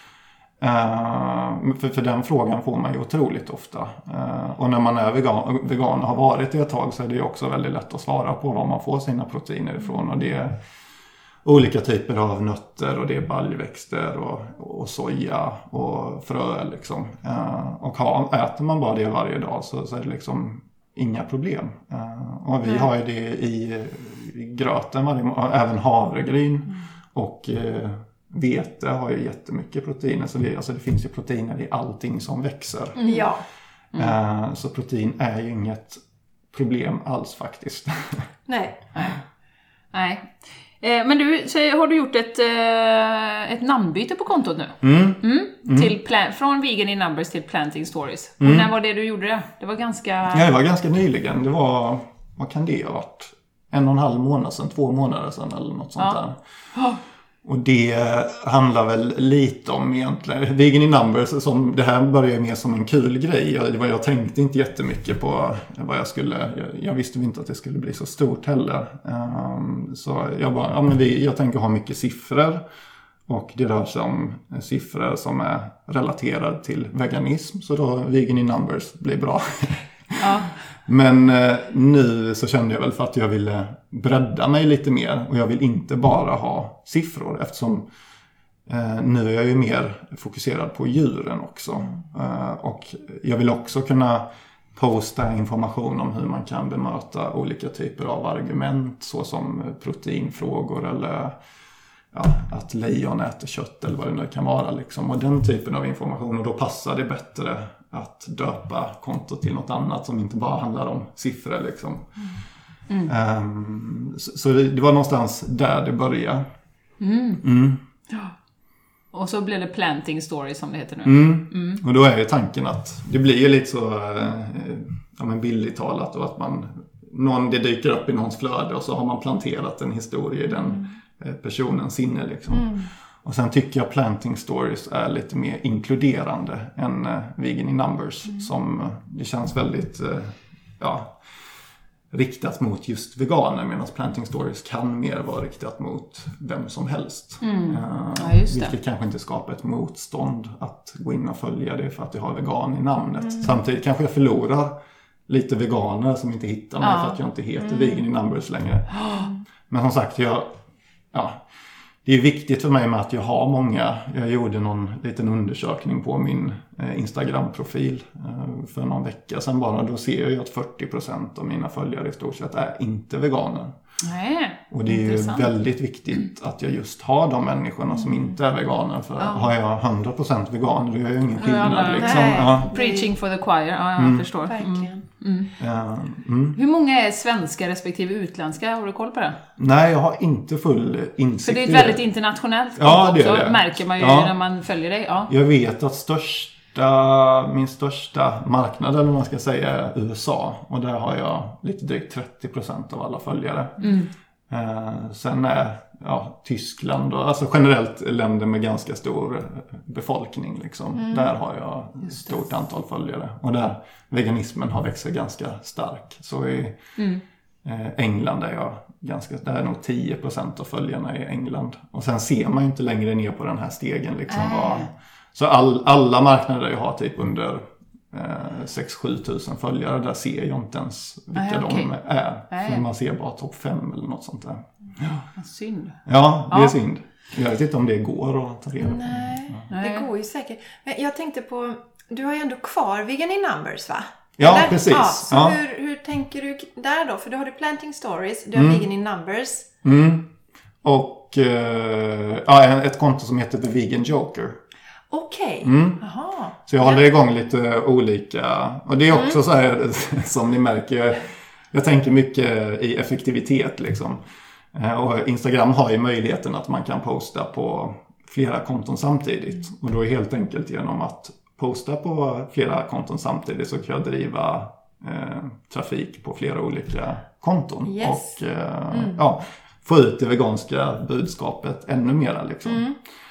Uh, för, för den frågan får man ju otroligt ofta. Uh, och när man är vegan, vegan och har varit det ett tag så är det ju också väldigt lätt att svara på var man får sina proteiner ifrån. Och det, olika typer av nötter och det är baljväxter och, och soja och frö liksom. Uh, och ha, äter man bara det varje dag så, så är det liksom inga problem. Uh, och vi mm. har ju det i, i gröten varje morgon, även havregryn mm. och uh, vete har ju jättemycket proteiner. Så det, alltså det finns ju proteiner i allting som växer. Mm. Ja. Mm. Uh, så protein är ju inget problem alls faktiskt. Nej. Nej. Nej. Eh, men du, så har du gjort ett, eh, ett namnbyte på kontot nu? Mm. Mm. Mm. Till plan- från Vegan in Numbers till Planting Stories. Mm. Och när var det du gjorde det? Det var ganska... Ja, det var ganska nyligen. Det var, vad kan det ha varit? En och en halv månad sedan, två månader sedan eller något sånt ja. där. Oh. Och det handlar väl lite om egentligen Vegan in Numbers, som det här började mer som en kul grej. Jag, jag tänkte inte jättemycket på vad jag skulle, jag, jag visste inte att det skulle bli så stort heller. Um, så jag bara, ja men vi, jag tänker ha mycket siffror. Och det rör sig om siffror som är relaterade till veganism. Så då Vegan in Numbers blir bra. Ja. Men eh, nu så kände jag väl för att jag ville bredda mig lite mer. Och jag vill inte bara ha siffror. Eftersom eh, nu är jag ju mer fokuserad på djuren också. Eh, och jag vill också kunna posta information om hur man kan bemöta olika typer av argument. Såsom proteinfrågor eller ja, att lejon äter kött eller vad det nu kan vara. Liksom. Och den typen av information. Och då passar det bättre att döpa kontot till något annat som inte bara handlar om siffror liksom. Mm. Um, så så det, det var någonstans där det började. Mm. Mm. Ja. Och så blev det Planting Stories som det heter nu. Mm. Mm. Och då är ju tanken att det blir ju lite så eh, ja, men billigt talat och att man någon, det dyker upp i någons flöde och så har man planterat en historia i den eh, personens sinne liksom. Mm. Och sen tycker jag Planting Stories är lite mer inkluderande än uh, Vegan in Numbers. Mm. Som uh, det känns väldigt uh, ja, riktat mot just veganer. Medan Planting Stories kan mer vara riktat mot vem som helst. Mm. Uh, ja, just det. Vilket kanske inte skapar ett motstånd att gå in och följa det för att jag har vegan i namnet. Mm. Samtidigt kanske jag förlorar lite veganer som inte hittar mig ja. för att jag inte heter mm. Vegan in Numbers längre. Mm. Men som sagt, jag... Ja, det är viktigt för mig med att jag har många. Jag gjorde någon liten undersökning på min eh, Instagram-profil eh, för någon vecka sedan bara. Då ser jag ju att fyrtio procent av mina följare i stort sett är inte veganer. Nej, och det är intressant. Ju väldigt viktigt att jag just har de människorna mm. som inte är veganer. För ja. har jag hundra procent veganer då gör jag ingen skillnad. Ja, liksom. Ja. Preaching for the choir, ja jag mm. förstår. Verkligen. Mm. Ja, mm. Hur många är svenska respektive utländska? Har du koll på det? Nej, jag har inte full insikt. För det är ett väldigt internationellt ja, det också, är det. märker man ju ja. när man följer dig. Ja. Jag vet att största, min största marknad, eller vad man ska säga, är U S A. Och där har jag lite drygt trettio procent av alla följare. Mm. Eh, sen är ja, Tyskland och alltså generellt länder med ganska stor befolkning liksom. Mm. Där har jag ett stort antal följare. Och där veganismen har växt ganska stark. Så i mm. eh, England är jag ganska, där är nog tio procent av följarna i England. Och sen ser man ju inte längre ner på den här stegen liksom. Äh. Var, så all, alla marknader jag har typ under sex till sju tusen följare, där ser jag inte ens vilka ah, okay. de är. Ah, för man ser bara topp fem eller något sånt där. Ja. Synd. Ja, det är ja. synd. Jag vet inte om det går att ta reda på. Nej, ja. det går ju säkert. Men jag tänkte på, du har ju ändå kvar Vegan in Numbers va? Ja, eller? precis. Ja, så ja. Hur, hur tänker du där då? För då har du Planting Stories, du har mm. Vegan in Numbers. Mm. Och eh, ja, ett konto som heter The Vegan Joker. Okej. Okay. Mm. Så jag håller igång lite olika. Och det är också mm. så här som ni märker. Jag tänker mycket i effektivitet liksom. Och Instagram har ju möjligheten att man kan posta på flera konton samtidigt. Och då är helt enkelt genom att posta på flera konton samtidigt så kan jag driva eh, trafik på flera olika konton. Yes. Och eh, mm. ja, få ut det veganska budskapet ännu mera liksom. Mm.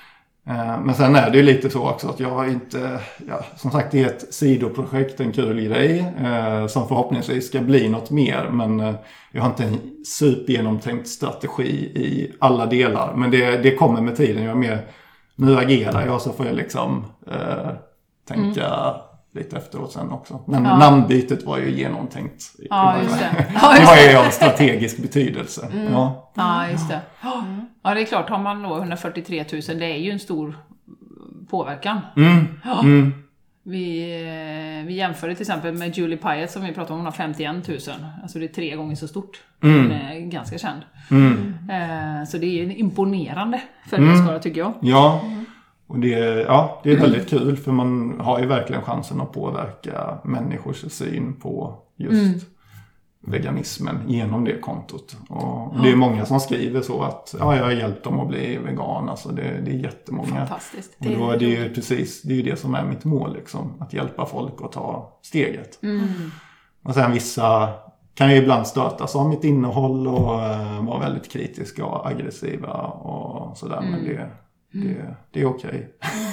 Men sen är det ju lite så också att jag har inte, ja, som sagt det är ett sidoprojekt, en kul grej eh, som förhoppningsvis ska bli något mer. Men eh, jag har inte en supergenomtänkt strategi i alla delar. Men det, det kommer med tiden. Jag är mer, nu agerar jag så får jag liksom eh, tänka mm. lite efteråt sen också. Men ja. namnbytet var ju genomtänkt. Ja, just det. Det var ju av strategisk betydelse. Mm. Ja. ja, just det. Ja, det är klart, har man då hundrafyrtiotre tusen, det är ju en stor påverkan. Mm. Ja. Mm. Vi, vi jämför det till exempel med Julie Pyatt som vi pratade om, hon har femtioen tusen. Alltså det är tre gånger så stort. Mm. Hon är ganska känd. Mm. Eh, så det är ju en imponerande följarskara mm. tycker jag. Ja, och det, ja, det är väldigt kul för man har ju verkligen chansen att påverka människors syn på just mm. veganismen genom det kontot. Och det är många som skriver så att ja, jag har hjälpt dem att bli vegan. Alltså det, det är jättemånga. Fantastiskt. Och då är det ju precis, det är ju det som är mitt mål liksom, att hjälpa folk att ta steget. Mm. Och sen vissa kan ju ibland stötas av mitt innehåll och uh, vara väldigt kritiska och aggressiva och sådär, mm. men det, det, det är okej.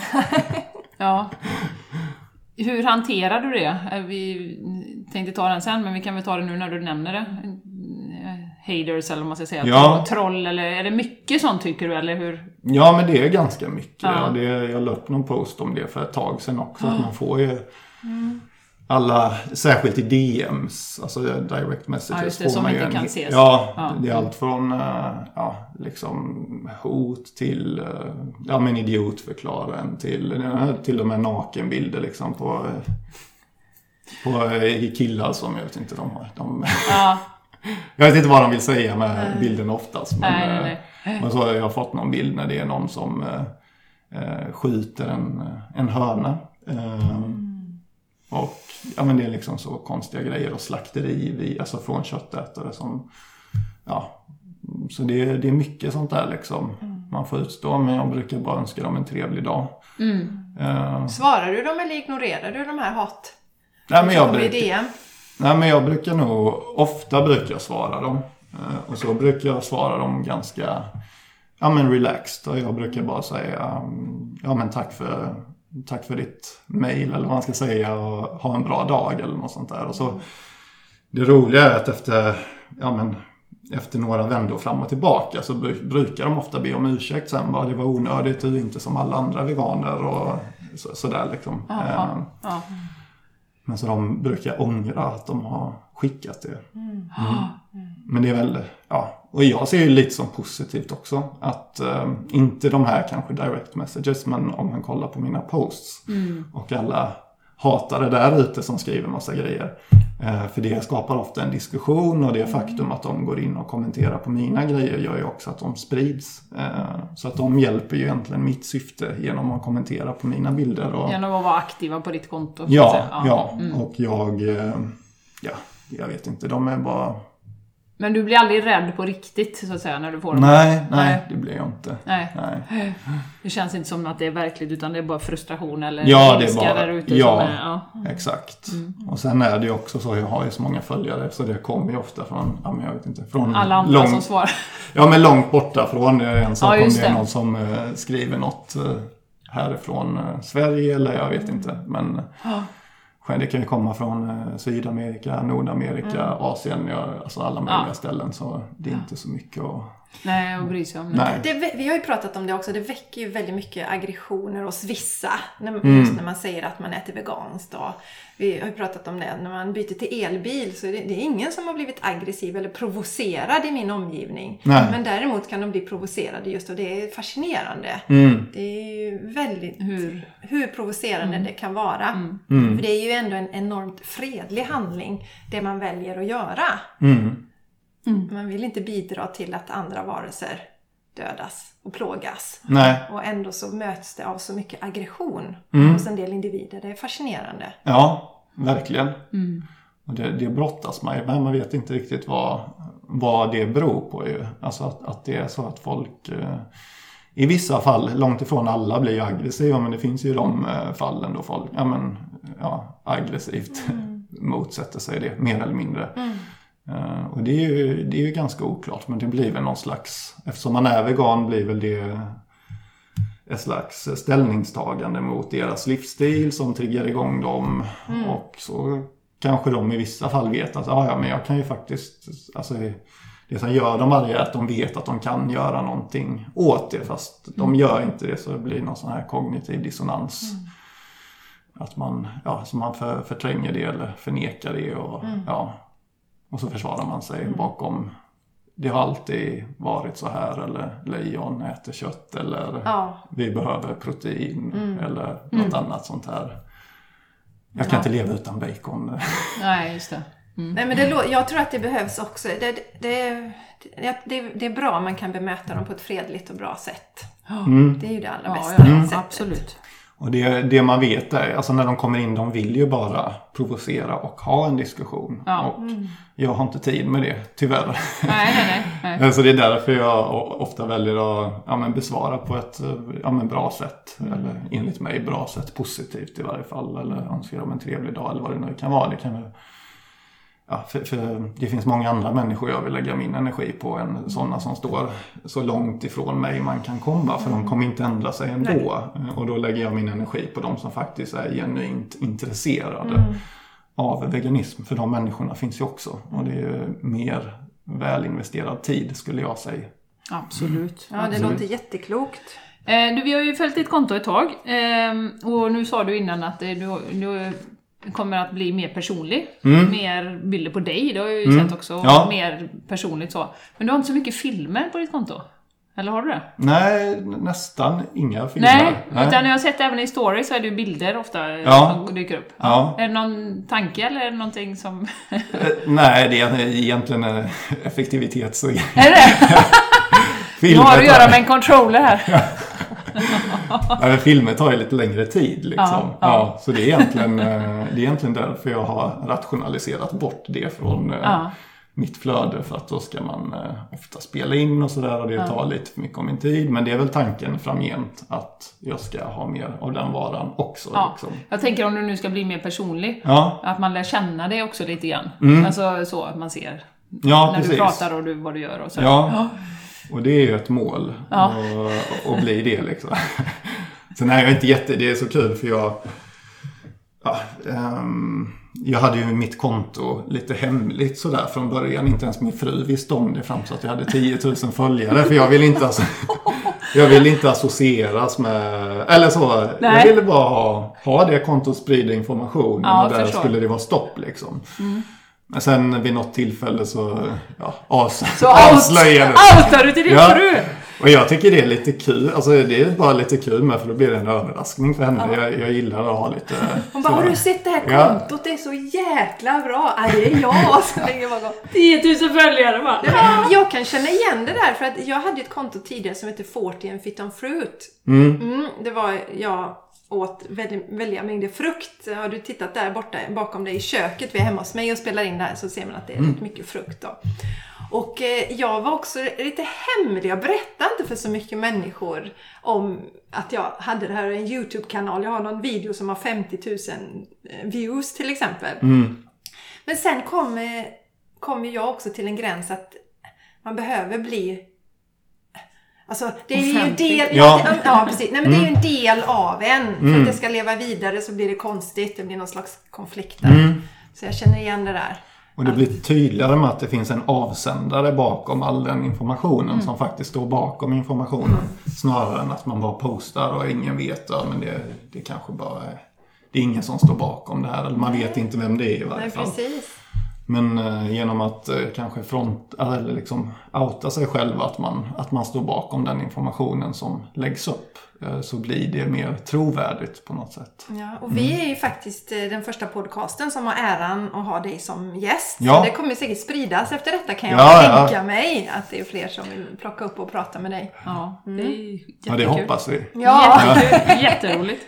Ja. Hur hanterar du det? Vi tänkte ta den sen, men vi kan väl ta det nu när du nämner det. Haters eller vad man ska säga. Ja. Troll, eller är det mycket sånt tycker du? Eller hur? Ja, men det är ganska mycket. Ja. Det, jag la upp någon post om det för ett tag sedan också. Att man får ju mm. alla, särskilt i D Ms, alltså direct messages. Ja, just det, som inte kan ses. Ja, ja, det är allt från ja, liksom hot till ja, men idiotförklaren till till och med nakenbilder liksom på, på killar som jag vet inte de har. De, ja. Jag vet inte vad de vill säga med bilden oftast. Men, nej, nej, nej. men så har jag fått någon bild när det är någon som eh, skjuter en, en höna. Eh, mm. Och ja, men det är liksom så konstiga grejer och slakteri vi, alltså från köttätare som ja, så det, det är mycket sånt där liksom mm. man får utstå, men jag brukar bara önska dem en trevlig dag. Mm. Eh, Svarar du dem eller ignorerar du de här hat? Nej, men jag brukar, nej, men jag brukar nog, ofta brukar jag svara dem. Eh, och så brukar jag svara dem ganska, ja men relaxed. Och jag brukar bara säga, ja men tack för, tack för ditt mejl eller vad man ska säga. Och ha en bra dag eller något sånt där. Och så, det roliga är att efter, ja men, efter några vändor fram och tillbaka så brukar de ofta be om ursäkt sen. Bara det var onödigt, du är inte som alla andra veganer och så, sådär liksom. Aha, eh, ja. Men så de brukar ångra att de har skickat det. Mm. Mm. Men det är väl, ja. Och jag ser ju lite som positivt också. Att eh, inte de här kanske direct messages, men om man kollar på mina posts. Mm. Och alla hatare där ute som skriver massa grejer. Eh, för det skapar ofta en diskussion och det faktum att de går in och kommenterar på mina grejer gör ju också att de sprids. Eh, så att de hjälper ju egentligen mitt syfte genom att kommentera på mina bilder. Och, genom att vara aktiva på ditt konto. Ja, ja. ja. Mm. Och jag, eh, ja, jag vet inte, de är bara... Men du blir aldrig rädd på riktigt så att säga när du får dem? Nej, nej, nej. Det blir jag inte. Nej. nej. Det känns inte som att det är verkligt utan det är bara frustration eller ja, det är bara, där ute. Ja, som är, ja, exakt. Mm. Och sen är det ju också så, jag har ju så många följare så det kommer ju ofta från, ja men jag vet inte, från alla andra lång, som svarar. Ja, men långt borta från en sak ja, om det är det. någon som uh, skriver något uh, härifrån uh, Sverige eller jag vet inte, men... Ja. Det kan ju komma från eh, Sydamerika, Nordamerika, mm. Asien, ja, alltså alla möjliga ja. ställen så det är inte så mycket att... Nej, att bry sig om. Nej. Det, det, vi har ju pratat om det också, det väcker ju väldigt mycket aggressioner hos vissa när, mm. just när man säger att man äter veganskt. Och vi har ju pratat om det, när man byter till elbil så är det, det är ingen som har blivit aggressiv eller provocerad i min omgivning. Nej. Men däremot kan de bli provocerade just och det är fascinerande. Mm. Det är ju väldigt hur, hur provocerande mm. det kan vara. Mm. Mm. För det är ju ändå en enormt fredlig handling det man väljer att göra. Mm. Mm. Man vill inte bidra till att andra varelser dödas och plågas. Nej. Och ändå så möts det av så mycket aggression mm. hos en del individer. Det är fascinerande. Ja, verkligen. Mm. Och det, det brottas man ju, men man vet inte riktigt vad, vad det beror på. Ju. Alltså att, att det är så att folk... Eh, i vissa fall, långt ifrån alla blir ju aggressiva, men det finns ju de eh, fallen då folk ja, men, ja, aggressivt mm. motsätter sig det, mer eller mindre. Mm. Uh, och det är, ju, det är ju ganska oklart, men det blir väl någon slags, eftersom man är vegan blir väl det ett slags ställningstagande mot deras livsstil som triggar igång dem mm. och så kanske de i vissa fall vet att ah, ja, men jag kan ju faktiskt, alltså det som gör dem arga är att de vet att de kan göra någonting åt det fast mm. de gör inte det så det blir någon sån här kognitiv dissonans. Mm. att man, ja, så man för, förtränger det eller förnekar det och, mm. ja, och så försvarar man sig mm. bakom det har alltid varit så här eller lejon äter kött eller ja. vi behöver protein mm. eller något mm. annat sånt här. Jag kan ja. inte leva utan bacon. Nej, just det. Mm. Nej, men det, jag tror att det behövs också. Det, det, det, det är bra om man kan bemöta dem på ett fredligt och bra sätt. Mm. Det är ju det allra bästa ja, ja, mm. sättet. Absolut. Och det, det man vet är, alltså när de kommer in, de vill ju bara provocera och ha en diskussion. Ja. Och mm. jag har inte tid med det, tyvärr. Nej, nej, nej. Så det är därför jag ofta väljer att ja, men besvara på ett ja, men bra sätt. Mm. Eller enligt mig bra sätt, positivt i varje fall. Eller önskar dem en trevlig dag eller vad det nu kan vara. Det kan ju, ja, för, för det finns många andra människor jag vill lägga min energi på än sådana som står så långt ifrån mig man kan komma. För de kommer inte ändra sig ändå. Nej. Och då lägger jag min energi på de som faktiskt är genuint intresserade mm. av veganism. För de människorna finns ju också. Och det är ju mer välinvesterad tid skulle jag säga. Absolut. Ja, det Absolut. låter jätteklokt. Eh, du, vi har ju följt ditt konto ett tag. Eh, och nu sa du innan att du... du kommer att bli mer personlig. Mm. Mer bilder på dig. Det har jag ju mm. sett också. Ja. Mer personligt så. Men du har inte så mycket filmer på ditt konto. Eller har du det? Nej, nästan inga filmer. Nej, Nej. Utan jag har sett även i stories så är det ju bilder ofta ja. som dyker upp. Ja. Är det någon tanke eller är det någonting som... Nej, det är egentligen en effektivitet så... Är det? Du har att göra med en controller här. Ja, men filmer tar ju lite längre tid liksom. Ja, ja. Ja, så det är, egentligen, det är egentligen därför jag har rationaliserat bort det från ja. mitt flöde. För att då ska man ofta spela in och sådär och det ja. tar lite för mycket av min tid. Men det är väl tanken framgent att jag ska ha mer av den varan också. Ja. Liksom. Jag tänker om du nu ska bli mer personlig. Ja. Att man lär känna det också lite grann. Mm. Alltså så att man ser ja, när precis. du pratar och du, vad du gör och så. Ja. Ja. Och det är ju ett mål ja. att bli det liksom. Sen är jag inte jätte, det är så kul för jag ja, um, jag hade ju mitt konto lite hemligt sådär från början. Inte ens min fru visste om det fram så att jag hade tio tusen följare. För jag vill inte, alltså, jag vill inte associeras med, eller så, Nej. jag ville bara ha, ha det kontot, sprida information. Ja, och där förstår. Skulle det vara stopp liksom. Mm. Men sen vid något tillfälle så, ja, avs- så avslöjade out, outar du till din ja. fru? Och jag tycker det är lite kul. Alltså det är bara lite kul med för då blir det en överraskning för henne. Ja. Jag, jag gillar att ha lite... Hon bara, har du sett det här kontot? Ja. Det är så jäkla bra. Ja, det är jag. Så länge bara tio tusen följare va? Ja, jag kan känna igen det där. För att jag hade ett konto tidigare som heter fyrtio and Fit on Fruit. Mm. Mm, det var jag åt väldigt, väldiga mängder frukt. Har du tittat där borta bakom dig i köket? Vi är hemma hos mig och spelar in det här så ser man att det är mm. rätt mycket frukt då. Och eh, jag var också lite hemlig. Jag berättade inte för så mycket människor om att jag hade det här en YouTube-kanal. Jag har någon video som har femtio tusen views till exempel. Mm. Men sen kom, eh, kom jag också till en gräns att man behöver bli... Alltså det är ju en del, ja. Ja, precis. Nej, men det är ju en del av en. För mm. att det ska leva vidare så blir det konstigt. Det blir någon slags konflikt där. Mm. Så jag känner igen det där. Och det blir tydligare med att det finns en avsändare bakom all den informationen mm. som faktiskt står bakom informationen. Mm. Snarare än att man bara postar och ingen vet. Ja, men det, det kanske bara är, det är ingen som står bakom det här. Eller man vet inte vem det är i varje Nej, fall. Precis. Men eh, genom att eh, kanske front, eller liksom outa sig själv att man, att man står bakom den informationen som läggs upp eh, så blir det mer trovärdigt på något sätt. Ja, och vi är ju faktiskt eh, den första podcasten som har äran att ha dig som gäst. Ja. Så det kommer säkert spridas efter detta kan jag ja, tänka ja. mig att det är fler som vill plocka upp och prata med dig. Ja, det är jättekul. Ja, det hoppas vi. Ja, Jättekul. Jätteroligt.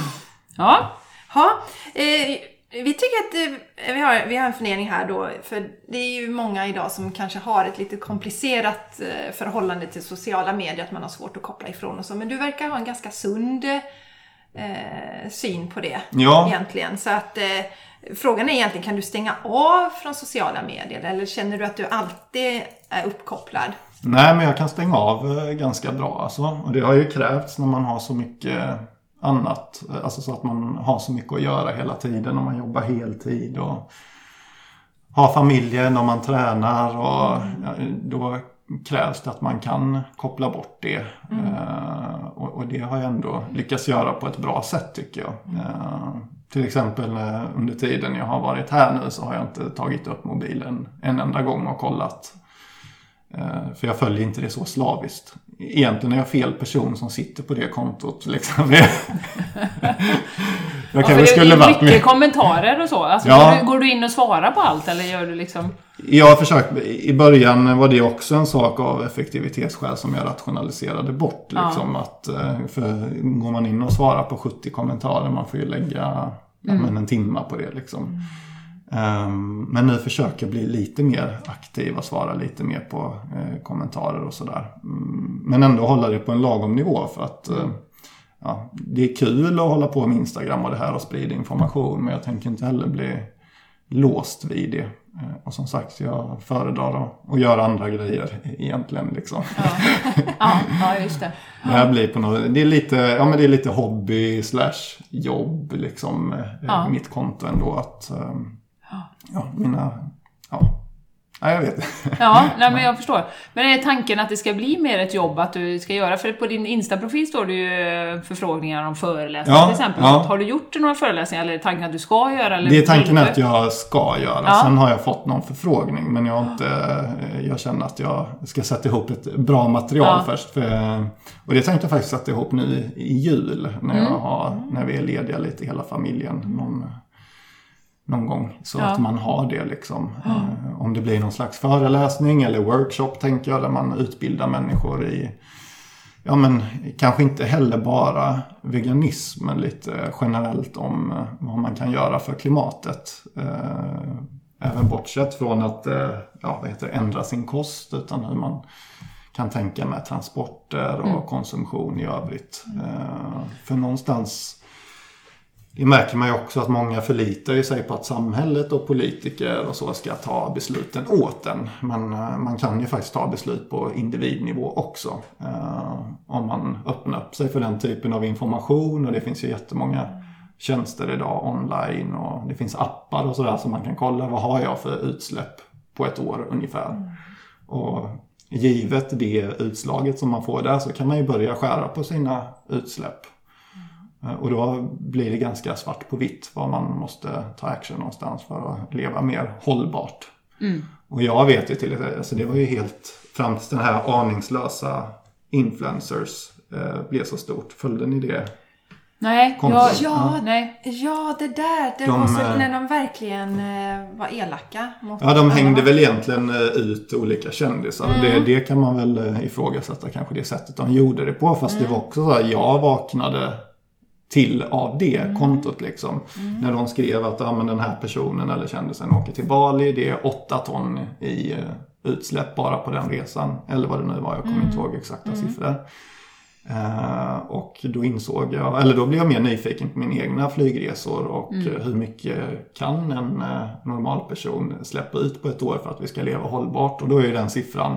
Ja. Ja, eh, vi tycker att eh, vi, har, vi har en fundering här då, för det är ju många idag som kanske har ett lite komplicerat eh, förhållande till sociala medier, att man har svårt att koppla ifrån och så, men du verkar ha en ganska sund eh, syn på det ja. egentligen, så att eh, frågan är egentligen, kan du stänga av från sociala medier eller känner du att du alltid är uppkopplad? Nej, men jag kan stänga av eh, ganska bra alltså, och det har ju krävts när man har så mycket annat, alltså så att man har så mycket att göra hela tiden och man jobbar heltid och har familjen och man tränar och ja, då krävs det att man kan koppla bort det. Mm. Uh, och, och det har jag ändå lyckats göra på ett bra sätt tycker jag. Uh, till exempel uh, under tiden jag har varit här nu så har jag inte tagit upp mobilen en enda gång och kollat. Uh, för jag följer inte det så slaviskt. Egentligen är jag fel person som sitter på det kontot. Liksom. jag ja, kanske skulle det är mycket med kommentarer och så. Alltså, ja. går, du, går du in och svarar på allt eller gör du liksom... Jag har försökt, i början var det också en sak av effektivitetsskäl som jag rationaliserade bort. Liksom, ja. att, för går man in och svarar på sjuttio kommentarer, man får ju lägga mm. ja, en timme på det. Liksom. Mm. Um, men nu försöker jag bli lite mer aktiv och svara lite mer på eh, kommentarer och sådär. Mm, men ändå hålla det på en lagom nivå för att eh, ja, det är kul att hålla på med Instagram och det här och sprida information, men jag tänker inte heller bli låst vid det. Eh, och som sagt, jag föredrar att, att göra andra grejer egentligen liksom. Ja, ja, ja just det. Det här blir på något, det är lite, ja men det är lite hobby slash jobb liksom, eh, ja. mitt konto ändå att eh, ja, mina, ja, nej jag vet. Ja, nej, men jag förstår. Men är tanken att det ska bli mer ett jobb att du ska göra, för på din Insta-profil står det ju förfrågningar om föreläsningar ja, till exempel. Ja. Har du gjort några föreläsningar eller är tanken att du ska göra? Eller det är tanken att jag ska göra. Ja. Sen har jag fått någon förfrågning, men jag har inte, jag känner att jag ska sätta ihop ett bra material ja. först. För, och det tänkte jag faktiskt sätta ihop nu i jul när, jag mm. har, när vi är lediga lite hela familjen. Någon, någon gång så ja. att man har det liksom. Ja. Eh, om det blir någon slags föreläsning eller workshop tänker jag, där man utbildar människor i, ja men kanske inte heller bara veganism, men lite generellt om eh, vad man kan göra för klimatet. Eh, även bortsett från att eh, ja, vad heter det, ändra sin kost, utan hur man kan tänka med transporter och mm. konsumtion i övrigt. Eh, för någonstans det märker man ju också att många förlitar sig på att samhället och politiker och så ska ta besluten åt en. Men man kan ju faktiskt ta beslut på individnivå också. Eh, om man öppnar upp sig för den typen av information. Och det finns ju jättemånga tjänster idag online. Och det finns appar och sådär som man kan kolla. Vad har jag för utsläpp på ett år ungefär? Mm. Och givet det utslaget som man får där så kan man ju börja skära på sina utsläpp. Och då blir det ganska svart på vitt vad man måste ta action någonstans för att leva mer hållbart. Mm. Och jag vet ju till att alltså det var ju helt fram till den här aningslösa influencers eh, blev så stort. Följde ni det? Nej, ja, ja, ja, nej. Ja, det där. Det de, var så, när de verkligen eh, var elaka. Mot ja, de hängde väl egentligen eh, ut olika kändisar. Mm. Det, det kan man väl eh, ifrågasätta kanske det sättet de gjorde det på. Fast mm. det var också så här, jag vaknade till av det mm. kontot liksom. Mm. När de skrev att ja, men den här personen eller kändisen åker till Bali. Det är åtta ton i uh, utsläpp bara på den resan. Eller vad det nu var, jag kommer mm. inte ihåg exakta mm. siffror. Uh, och då insåg jag, eller då blev jag mer nyfiken på mina egna flygresor. Och mm. uh, hur mycket kan en uh, normal person släppa ut på ett år för att vi ska leva hållbart. Och då är ju den siffran,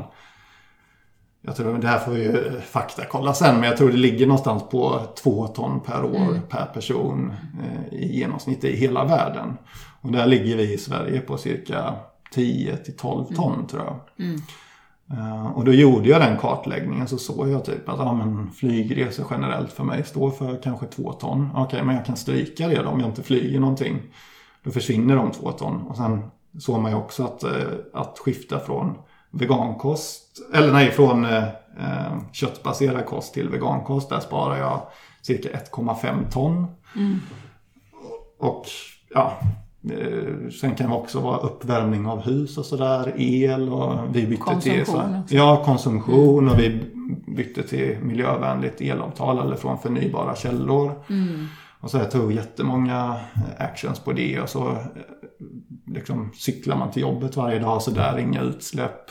jag tror det här får ju fakta kolla sen, men jag tror det ligger någonstans på två ton per år mm. per person eh, i genomsnitt i hela världen. Och där ligger vi i Sverige på cirka tio till tolv ton mm. tror jag. Mm. Uh, och då gjorde jag den kartläggningen, så såg jag typ att ja, men flygresor generellt för mig står för kanske två ton. Okej, okay, men jag kan stryka det då, om jag inte flyger någonting. Då försvinner de två ton. Och sen såg man ju också att, uh, att skifta från vegankost, eller nej, från eh, köttbaserad kost till vegankost, där sparar jag cirka ett komma fem ton. Mm. Och ja, eh, sen kan det också vara uppvärmning av hus och sådär, el och vi bytte till så, ja, konsumtion och vi bytte till miljövänligt elavtal eller från förnybara källor. Mm. Och så jag tog jättemånga actions på det och så liksom cyklar man till jobbet varje dag så där, inga utsläpp.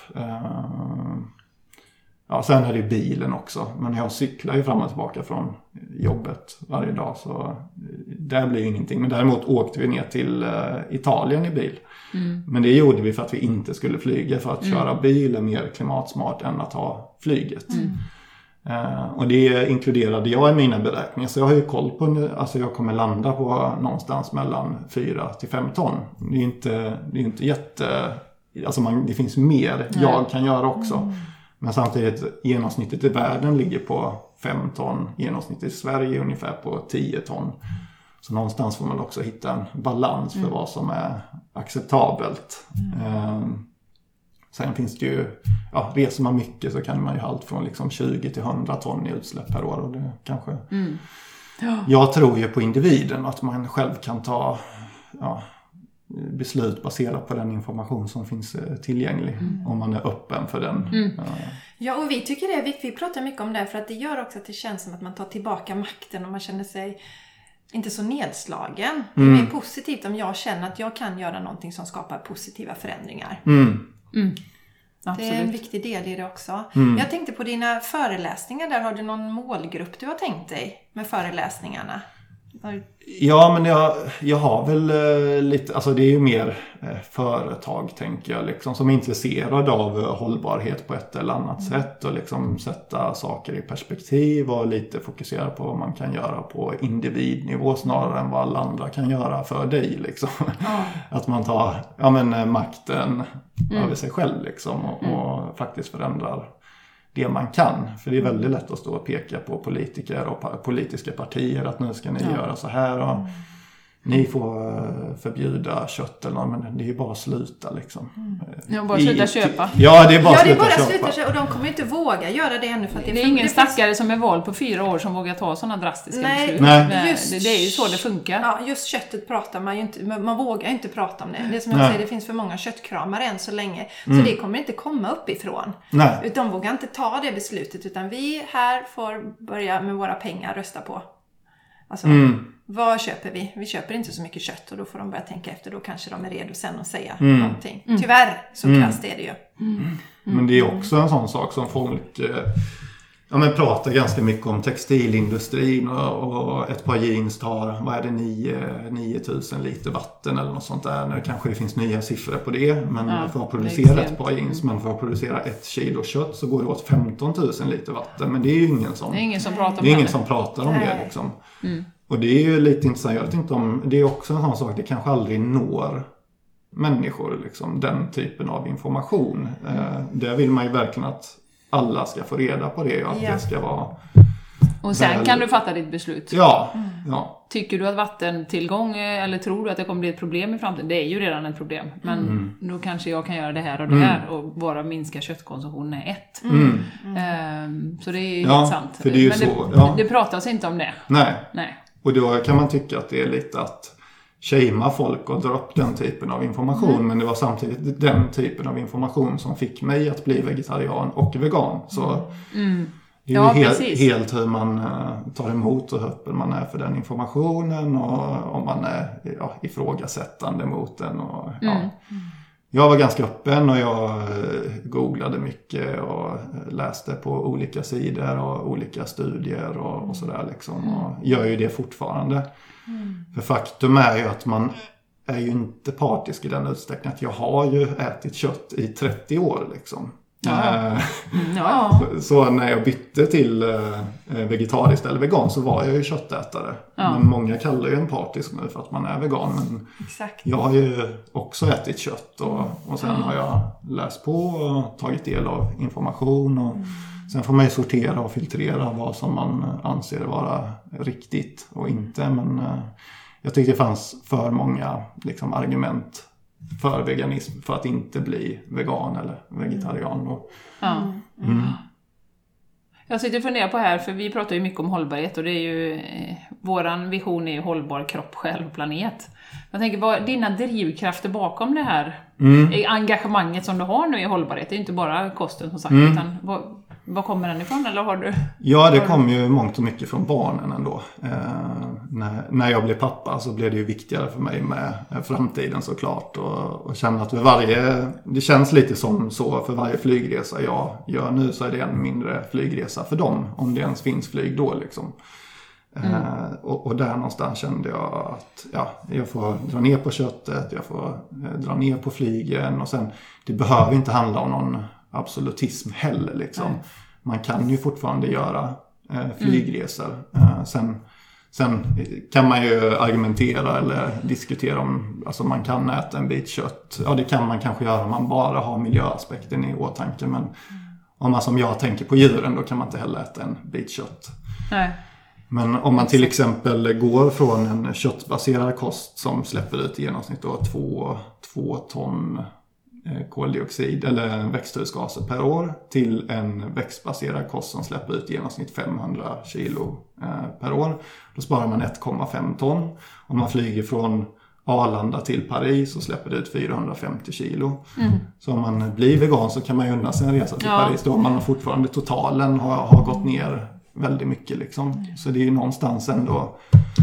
Ja, sen är det bilen också, men jag cyklar ju fram och tillbaka från jobbet varje dag så där blir ingenting. Men däremot åkte vi ner till Italien i bil. Mm. Men det gjorde vi för att vi inte skulle flyga, för att mm. köra bil är mer klimatsmart än att ta flyget. Mm. Uh, och det inkluderade jag i mina beräkningar, så jag har ju koll på, alltså jag kommer landa på någonstans mellan fyra till fem ton. Det är inte, det är inte jätte, alltså man, det finns mer jag kan göra också. Mm. Men samtidigt, genomsnittet i världen ligger på fem ton. Genomsnittet i Sverige ungefär på tio ton. Så någonstans får man också hitta en balans för mm. vad som är acceptabelt. Mm. Um, sen finns det ju, ja, reser man mycket så kan man ju ha allt från liksom tjugo till hundra ton i utsläpp per år. Och det kanske... Mm. Ja. Jag tror ju på individen, att man själv kan ta ja, beslut baserat på den information som finns tillgänglig. Mm. Om man är öppen för den. Mm. Ja. Ja, och vi tycker det är viktigt. Vi pratar mycket om det för att det gör också att det känns som att man tar tillbaka makten och man känner sig inte så nedslagen. Mm. Det är positivt om jag känner att jag kan göra någonting som skapar positiva förändringar. Mm. Mm. Det är en viktig del i det också. Mm. Jag tänkte på dina föreläsningar. Där har du någon målgrupp du har tänkt dig med föreläsningarna? Ja, men jag, jag har väl eh, lite, alltså det är ju mer eh, företag tänker jag liksom, som är intresserade av hållbarhet på ett eller annat mm. sätt och liksom sätta saker i perspektiv och lite fokusera på vad man kan göra på individnivå snarare än vad alla andra kan göra för dig liksom. Mm. Att man tar ja, men, makten mm. över sig själv liksom och, mm. och faktiskt förändrar det man kan. För det är väldigt lätt att stå och peka på politiker och politiska partier att nu ska ni ja. göra så här och mm. ni får förbjuda kött eller något, men det är ju bara att sluta liksom. Mm. Ja, bara sluta I, köpa. Ja, det är bara, ja, det är bara sluta, sluta köpa. Och de kommer inte våga göra det ännu. För att det, det är ingen stackare som är vald på fyra år som vågar ta sådana drastiska Nej, beslut. Nej. Just, det, det är ju så det funkar. Ja, just köttet pratar man ju inte, man vågar ju inte prata om det. Det är som jag Nej. säger, det finns för många köttkramare än så länge. Så mm. det kommer inte komma uppifrån. Nej. Utan de vågar inte ta det beslutet, utan vi här får börja med våra pengar rösta på. Alltså, mm. vad köper vi? Vi köper inte så mycket kött och då får de börja tänka efter. Då kanske de är redo sen att säga mm. någonting. Mm. Tyvärr så mm. krasst är det ju. Mm. Mm. Men det är också en sån sak som folk eh, ja, men pratar ganska mycket om textilindustrin och, och ett par jeans tar, vad är det, nio tusen liter vatten eller något sånt där. Nu kanske det finns nya siffror på det, men ja, för att producera ett par jeans, men för att producera ett kilo kött så går det åt femton tusen liter vatten. Men det är ju ingen som, det är ingen som pratar om det. Är ingen det. som pratar om Nej. det liksom. Mm. Och det är ju lite intressant, jag vet inte om, det är också en sån sak, det kanske aldrig når människor liksom, den typen av information. Mm. Eh, där vill man ju verkligen att alla ska få reda på det och att ja. det ska vara... Och sen väl... kan du fatta ditt beslut. Ja, mm. ja. Tycker du att vattentillgång, eller tror du att det kommer bli ett problem i framtiden? Det är ju redan ett problem. Men mm. då kanske jag kan göra det här och det här och bara minska köttkonsumtionen är ett. Mm. Mm. Så det är ju ja, helt sant. För det är ju Men så, det, ja. det pratas inte om det. Nej. Nej. Och då kan man tycka att det är lite att shamea folk och dra upp den typen av information. Mm. Men det var samtidigt den typen av information som fick mig att bli vegetarian och vegan. Så mm. det är ja, ju helt, helt hur man uh, tar emot och hur öppen man är för den informationen. Och om man är ja, ifrågasättande mot den. Och, ja. mm. Jag var ganska öppen och jag googlade mycket och läste på olika sidor och olika studier och, och sådär liksom. Och gör ju det fortfarande. Mm. För faktum är ju att man är ju inte partisk i den utsträckningen att jag har ju ätit kött i trettio år liksom. Ja. Äh, ja. Så, så när jag bytte till äh, vegetariskt eller vegan så var jag ju köttätare. Ja. Men många kallar ju en partisk nu för att man är vegan. Men Exakt. jag har ju också ätit kött och, och sen mm. har jag läst på och tagit del av information. Och mm. sen får man ju sortera och filtrera vad som man anser vara riktigt och inte. Men äh, jag tyckte det fanns för många liksom, argument för veganism för att inte bli vegan eller vegetarian. Och, ja. Mm. Jag sitter och funderar på här, för vi pratar ju mycket om hållbarhet och det är ju eh, våran vision är ju hållbar kropp, själ och planet. Jag tänker, vad dina drivkrafter bakom det här mm. engagemanget som du har nu i hållbarhet? Det är inte bara kosten som sagt, mm. utan vad, vad kommer den ifrån? Eller har du, ja, det kommer ju mångt och mycket från barnen ändå. Eh, när, när jag blev pappa så blev det ju viktigare för mig med framtiden såklart. Och, och känna att varje, det känns lite som så för varje flygresa jag gör nu så är det en mindre flygresa för dem. Om det ens finns flyg då liksom. Mm. Eh, och, och där någonstans kände jag att ja, jag får dra ner på köttet, jag får eh, dra ner på flygen och sen, det behöver inte handla om någon absolutism heller liksom. Mm. Man kan ju fortfarande göra eh, flygresor. Mm. Eh, sen, sen kan man ju argumentera eller diskutera om alltså man kan äta en bit kött. Ja, det kan man kanske göra om man bara har miljöaspekten i åtanke, men om man som jag tänker på djuren, då kan man inte heller äta en bit kött. Nej. Men om man till exempel går från en köttbaserad kost som släpper ut i genomsnitt då två, två ton koldioxid eller växthusgaser per år till en växtbaserad kost som släpper ut i genomsnitt femhundra kilo per år. Då sparar man ett komma fem ton. Om man flyger från Arlanda till Paris och släpper det ut fyrahundrafemtio kilo. Mm. Så om man blir vegan så kan man ju unna sig en resa till ja. Paris. Då man fortfarande totalen har, har gått ner väldigt mycket liksom. Mm. Så det är ju någonstans ändå.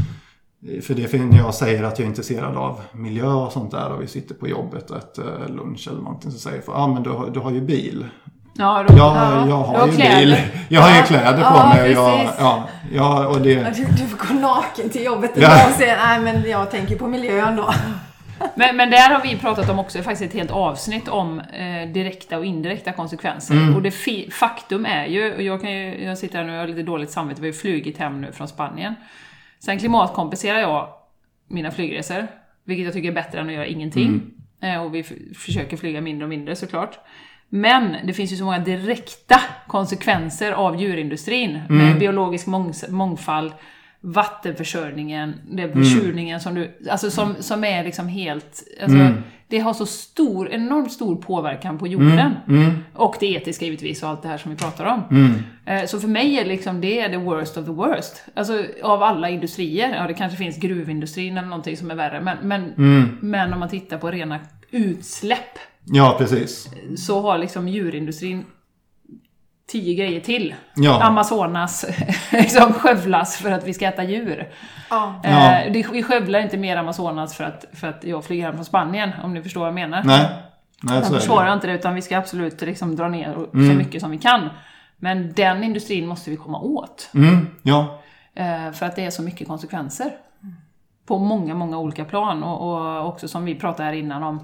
För det är när jag säger att jag är intresserad av miljö och sånt där och vi sitter på jobbet och äter lunch eller någonting, så säger jag, ja ah, men du, du har ju bil. Ja, då, jag, ja, jag har du har ju kläder. bil. Jag har ju kläder ja, på ja, mig. Jag, ja, ja, och det... du, du får gå naken till jobbet idag ja. Och säga, nej men jag tänker på miljön då. Men, men där har vi pratat om också, faktiskt ett helt avsnitt om eh, direkta och indirekta konsekvenser. Mm. Och det fi- faktum är ju, och jag, kan ju, jag sitter här nu och har lite dåligt samvete, vi har ju flugit hem nu från Spanien. Sen klimatkompenserar jag mina flygresor, vilket jag tycker är bättre än att göra ingenting. Mm. Eh, och vi f- försöker flyga mindre och mindre såklart. Men det finns ju så många direkta konsekvenser av djurindustrin mm. med biologisk mångs- mångfald, vattenförsörjningen, det försurningen mm. som du, alltså som, som är liksom helt, alltså mm. det har så stor, enormt stor påverkan på jorden mm. Mm. och det etiska givetvis och allt det här som vi pratar om. Mm. Så för mig är liksom det är the worst of the worst. Alltså av alla industrier, ja det kanske finns gruvindustrin eller någonting som är värre, men, men, mm. men om man tittar på rena utsläpp. Ja, precis. Så har liksom djurindustrin tio grejer till. Ja. Amazonas liksom skövlas för att vi ska äta djur. Ja. Eh, det, vi skövlar inte mer Amazonas för att, för att jag flyger hem från Spanien, om ni förstår vad jag menar. Nej. Nej, jag försvarar inte det, utan vi ska absolut liksom dra ner mm. så mycket som vi kan. Men den industrin måste vi komma åt. Mm. Ja. Eh, för att det är så mycket konsekvenser. På många, många olika plan. Och, och också som vi pratade här innan om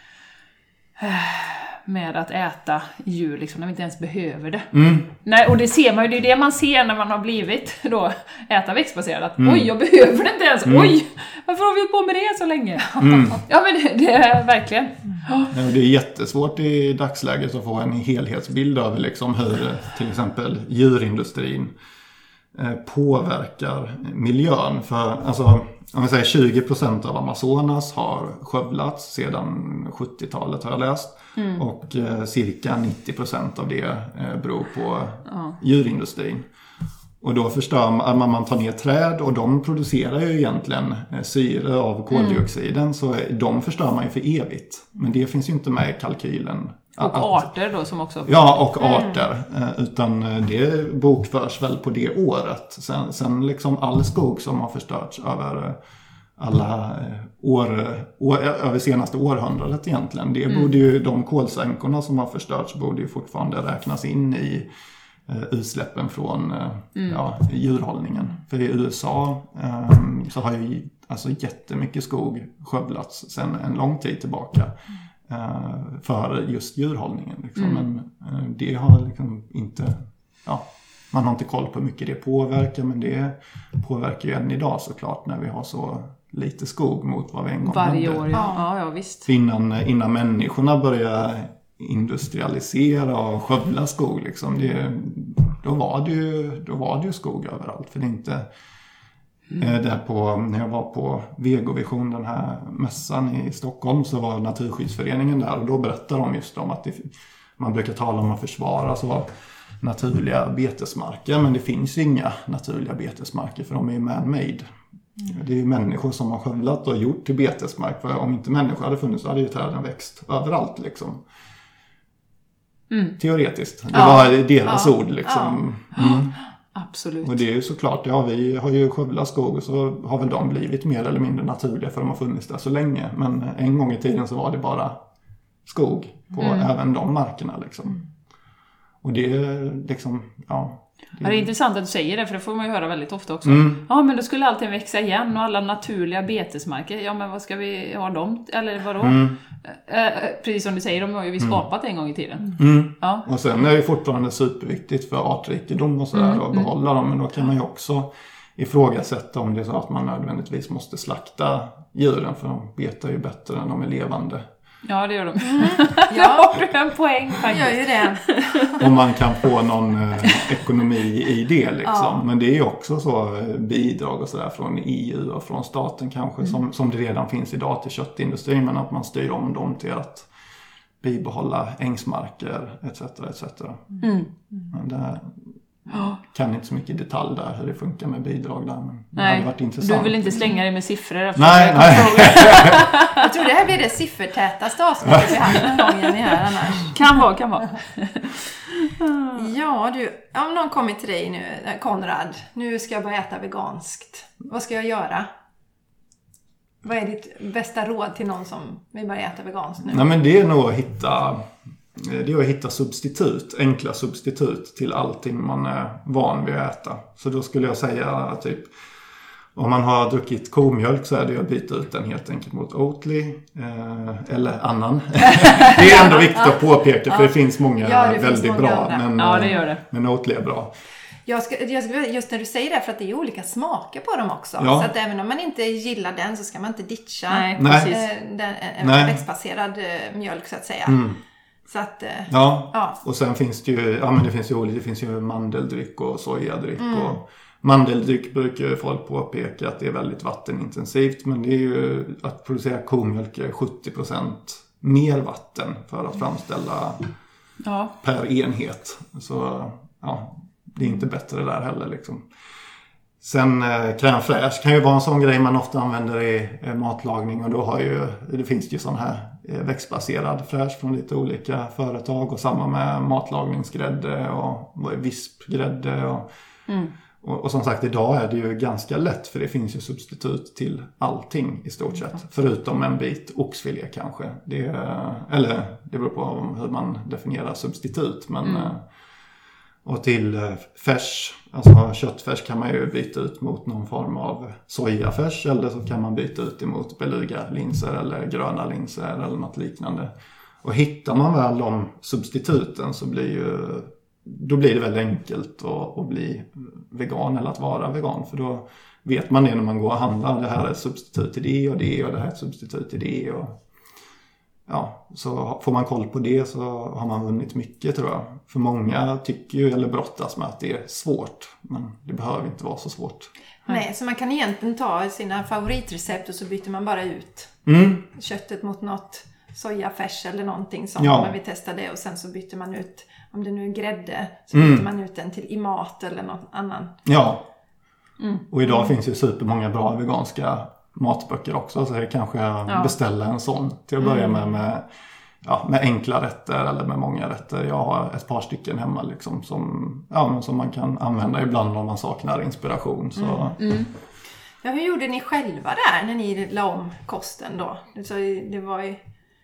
eh, med att äta djur liksom, när vi inte ens behöver det. Mm. Nej, och det ser man ju, det är det man ser när man har blivit då äta växtbaserat. Mm. Oj, jag behöver det inte ens. Mm. Oj, varför har vi på med det så länge? Mm. Ja, men det, det är verkligen. Ja. Ja, det är jättesvårt i dagsläget att få en helhetsbild över liksom hur till exempel djurindustrin eh, påverkar miljön. För alltså, om vi säger tjugo procent av Amazonas har skövlats sedan sjuttiotalet har jag läst. Mm. Och eh, cirka nittio procent av det eh, beror på ja. djurindustrin. Och då förstör man, man tar ner träd och de producerar ju egentligen eh, syre av koldioxiden. Mm. Så de förstör man ju för evigt. Men det finns ju inte med i kalkylen. Och att, arter då som också... Ja, och mm. arter. Eh, utan det bokförs väl på det året. Sen, sen liksom all skog som har förstörts över... alla år, år över senaste århundradet egentligen. Det mm. borde ju, de kolsänkorna som har förstörts borde ju fortfarande räknas in i eh, utsläppen från eh, mm. ja, djurhållningen. För i U S A eh, så har ju alltså jättemycket skog skövlats sedan en lång tid tillbaka eh, för just djurhållningen. Liksom. Mm. Men eh, det har liksom inte... Ja, man har inte koll på hur mycket det påverkar, men det påverkar ju än idag såklart när vi har så lite skog mot vad vi en gång varje hade. år, ja. Ja, ja visst. Innan, innan människorna började industrialisera och skövla skog liksom, det, då, var det ju, då var det ju skog överallt. För det är inte mm. där på, när jag var på Vegovision, den här mässan i Stockholm, så var Naturskyddsföreningen där och då berättade de just om att det, man brukar tala om att försvara så naturliga betesmarker, men det finns inga naturliga betesmarker för de är man-made. Mm. Det är ju människor som har skövlat och gjort till betesmark, för om inte människor hade funnits så hade ju träden växt överallt liksom. Mm. Teoretiskt. Det ja. var deras ja. ord liksom. Ja. Mm. Absolut. Och det är ju såklart, ja vi har ju skövlat skog och så har väl de blivit mer eller mindre naturliga för de har funnits där så länge. Men en gång i tiden så var det bara skog på mm. även de markerna liksom. Mm. Och det är liksom, ja. Det är... det är intressant att du säger det, för det får man ju höra väldigt ofta också. Mm. Ja, men då skulle allting växa igen och alla naturliga betesmarker. Ja, men vad ska vi ha dem? Eller vadå? Mm. Eh, precis som du säger, de har ju vi skapat mm. en gång i tiden. Mm. Ja. Och sen är det fortfarande superviktigt för artrikedom och sådär mm. att behålla dem. Men då kan man ju också ifrågasätta om det är så att man nödvändigtvis måste slakta djuren, för de betar ju bättre än de är levande. Ja, det gör de. Mm. Ja, har du en poäng faktiskt. Gör ju det. Om man kan få någon eh, ekonomi i det liksom. Ja. Men det är ju också så eh, bidrag och sådär från E U och från staten kanske mm. som, som det redan finns idag till köttindustrin. Men att man styr om dem till att bibehålla ängsmarker et cetera et cetera. Mm. Men det kan inte så mycket i detalj där hur det funkar med bidrag där. Men det nej, hade varit intressant. du vill inte slänga dig med siffror? Nej, nej. Jag tror det här blir det siffertätaste avsnittet vi haft någon gång Jenny här annars. Kan vara, kan vara. Ja, du, om någon kommer till dig nu, Konrad, nu ska jag börja äta veganskt. Vad ska jag göra? Vad är ditt bästa råd till någon som vill börja äta veganskt nu? Nej, men det är nog att hitta, det är att hitta substitut, enkla substitut till allting man är van vid att äta. Så då skulle jag säga typ, om man har druckit komjölk så är det att byta ut den helt enkelt mot Oatly eh, eller annan. Det är ändå viktigt att påpeka för det finns många ja, det väldigt finns många bra. andra. Men, ja, det gör det. Men Oatly är bra. Jag ska, jag ska, just när du säger det, för att det är olika smaker på dem också. Ja. Så att även om man inte gillar den så ska man inte ditcha Nej, Nej. precis. eh, den, en Nej. växtbaserad eh, mjölk så att säga. Mm. Så att, eh, Ja. ja. Och sen finns det ju, ja men det finns ju olika, det finns ju mandeldryck och sojadryck Mm. och mandeldryck brukar ju folk påpeka att det är väldigt vattenintensivt, men det är ju att producera komjölk är sjuttio procent mer vatten för att framställa Ja. per enhet. Så ja, det är inte bättre där heller liksom. Sen eh, crème fraîche kan ju vara en sån grej man ofta använder i eh, matlagning, och då har ju, det finns ju sån här eh, växtbaserad fräsch från lite olika företag, och samma med matlagningsgrädde och vispgrädde och, Mm. och, och som sagt idag är det ju ganska lätt, för det finns ju substitut till allting i stort sett, förutom en bit oxfilé kanske. Det, eller det beror på hur man definierar substitut, men Mm. eh, och till färs, alltså köttfärs kan man ju byta ut mot någon form av sojafärs, eller så kan man byta ut emot beluga-linser eller gröna linser eller något liknande. Och hittar man väl de substituten så blir ju, då blir det väldigt enkelt att, att bli vegan eller att vara vegan, för då vet man det när man går och handlar. Det här är ett substitut till det och det, och det här är ett substitut till det, och ja, så får man koll på det så har man vunnit mycket, tror jag. För många tycker ju, eller brottas med, att det är svårt. Men det behöver inte vara så svårt. Nej, så man kan egentligen ta sina favoritrecept och så byter man bara ut Mm. köttet mot något sojafärs eller någonting som Ja. man vill testa det, och sen så byter man ut, om det nu är grädde, så Mm. byter man ut den till i mat eller något annan. Ja. Mm. Och idag finns ju supermånga bra veganska matböcker också, så det kanske jag Ja. beställer en sån till att börja med, med, ja, med enkla rätter eller med många rätter. Jag har ett par stycken hemma liksom som, ja, men som man kan använda ibland om man saknar inspiration. Så. Mm. Ja, hur gjorde ni själva där när ni la om kosten då? Så det var ju...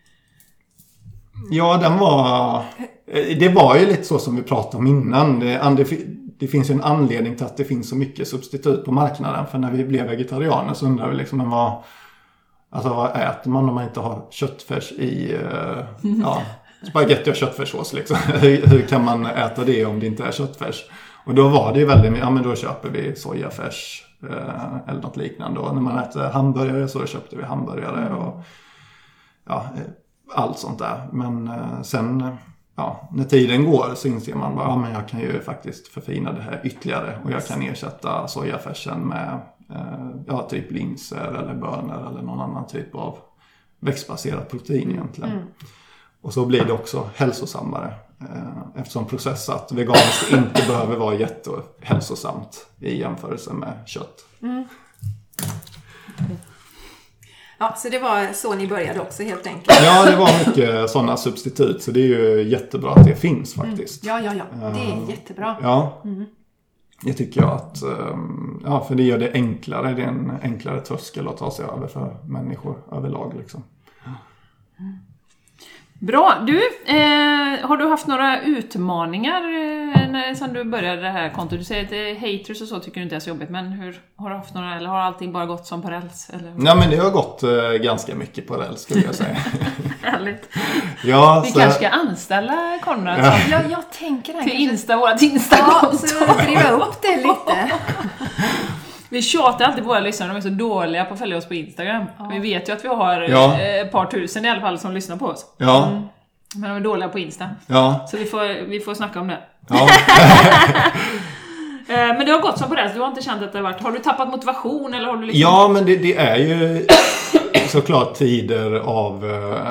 Ja, den var, det var ju lite så som vi pratade om innan. Det, det finns ju en anledning till att det finns så mycket substitut på marknaden. För när vi blev vegetarianer så undrar vi liksom, men vad, alltså vad äter man om man inte har köttfärs i, ja, spaghetti och köttfärssås liksom. Hur, hur kan man äta det om det inte är köttfärs? Och då var det ju väldigt, ja men då köper vi sojafärs eh, eller något liknande. Och när man äter hamburgare så köpte vi hamburgare och ja, allt sånt där. Men eh, sen, ja, när tiden går så inser man bara, ja men jag kan ju faktiskt förfina det här ytterligare. Och jag kan ersätta sojafärsen med eh, ja, typ linser eller bönor eller någon annan typ av växtbaserat protein egentligen. Mm. Och så blir det också hälsosammare. Eh, eftersom processat veganskt inte behöver vara jättehälsosamt i jämförelse med kött. Mm. Ja, så det var så ni började också helt enkelt. Ja, det var mycket sådana substitut. Så det är ju jättebra att det finns faktiskt. Ja, ja, ja. Det är jättebra. Ja, Mm. det tycker jag att, ja, för det gör det enklare. Det är en enklare tröskel att ta sig över för människor överlag liksom. Bra. Du, eh, har du haft några utmaningar eh, när, sen du började det här kontot? Du säger att eh, haters och så tycker du inte är så jobbigt, men hur, har du haft några, eller har allting bara gått som på räls? Eller? Ja, men det har gått eh, ganska mycket på räls skulle jag säga. Härligt. Ja, Vi så, kanske ska anställa Konrad Ja. som- Ja, jag tänker den till kanske. Insta, vårat Ja, Insta-konto. så driva upp det lite. Vi tjatar alltid på våra lyssnare, de är så dåliga på att följa oss på Instagram. Ja. Vi vet ju att vi har ja. ett par tusen i alla fall som lyssnar på oss. Ja. Mm. Men de är dåliga på Insta. Ja. Så vi får, vi får snacka om det. Ja. Men det har gått som på det, så du har inte känt att det har varit... Har du tappat motivation eller har du liksom... Ja, men det, det är ju såklart tider av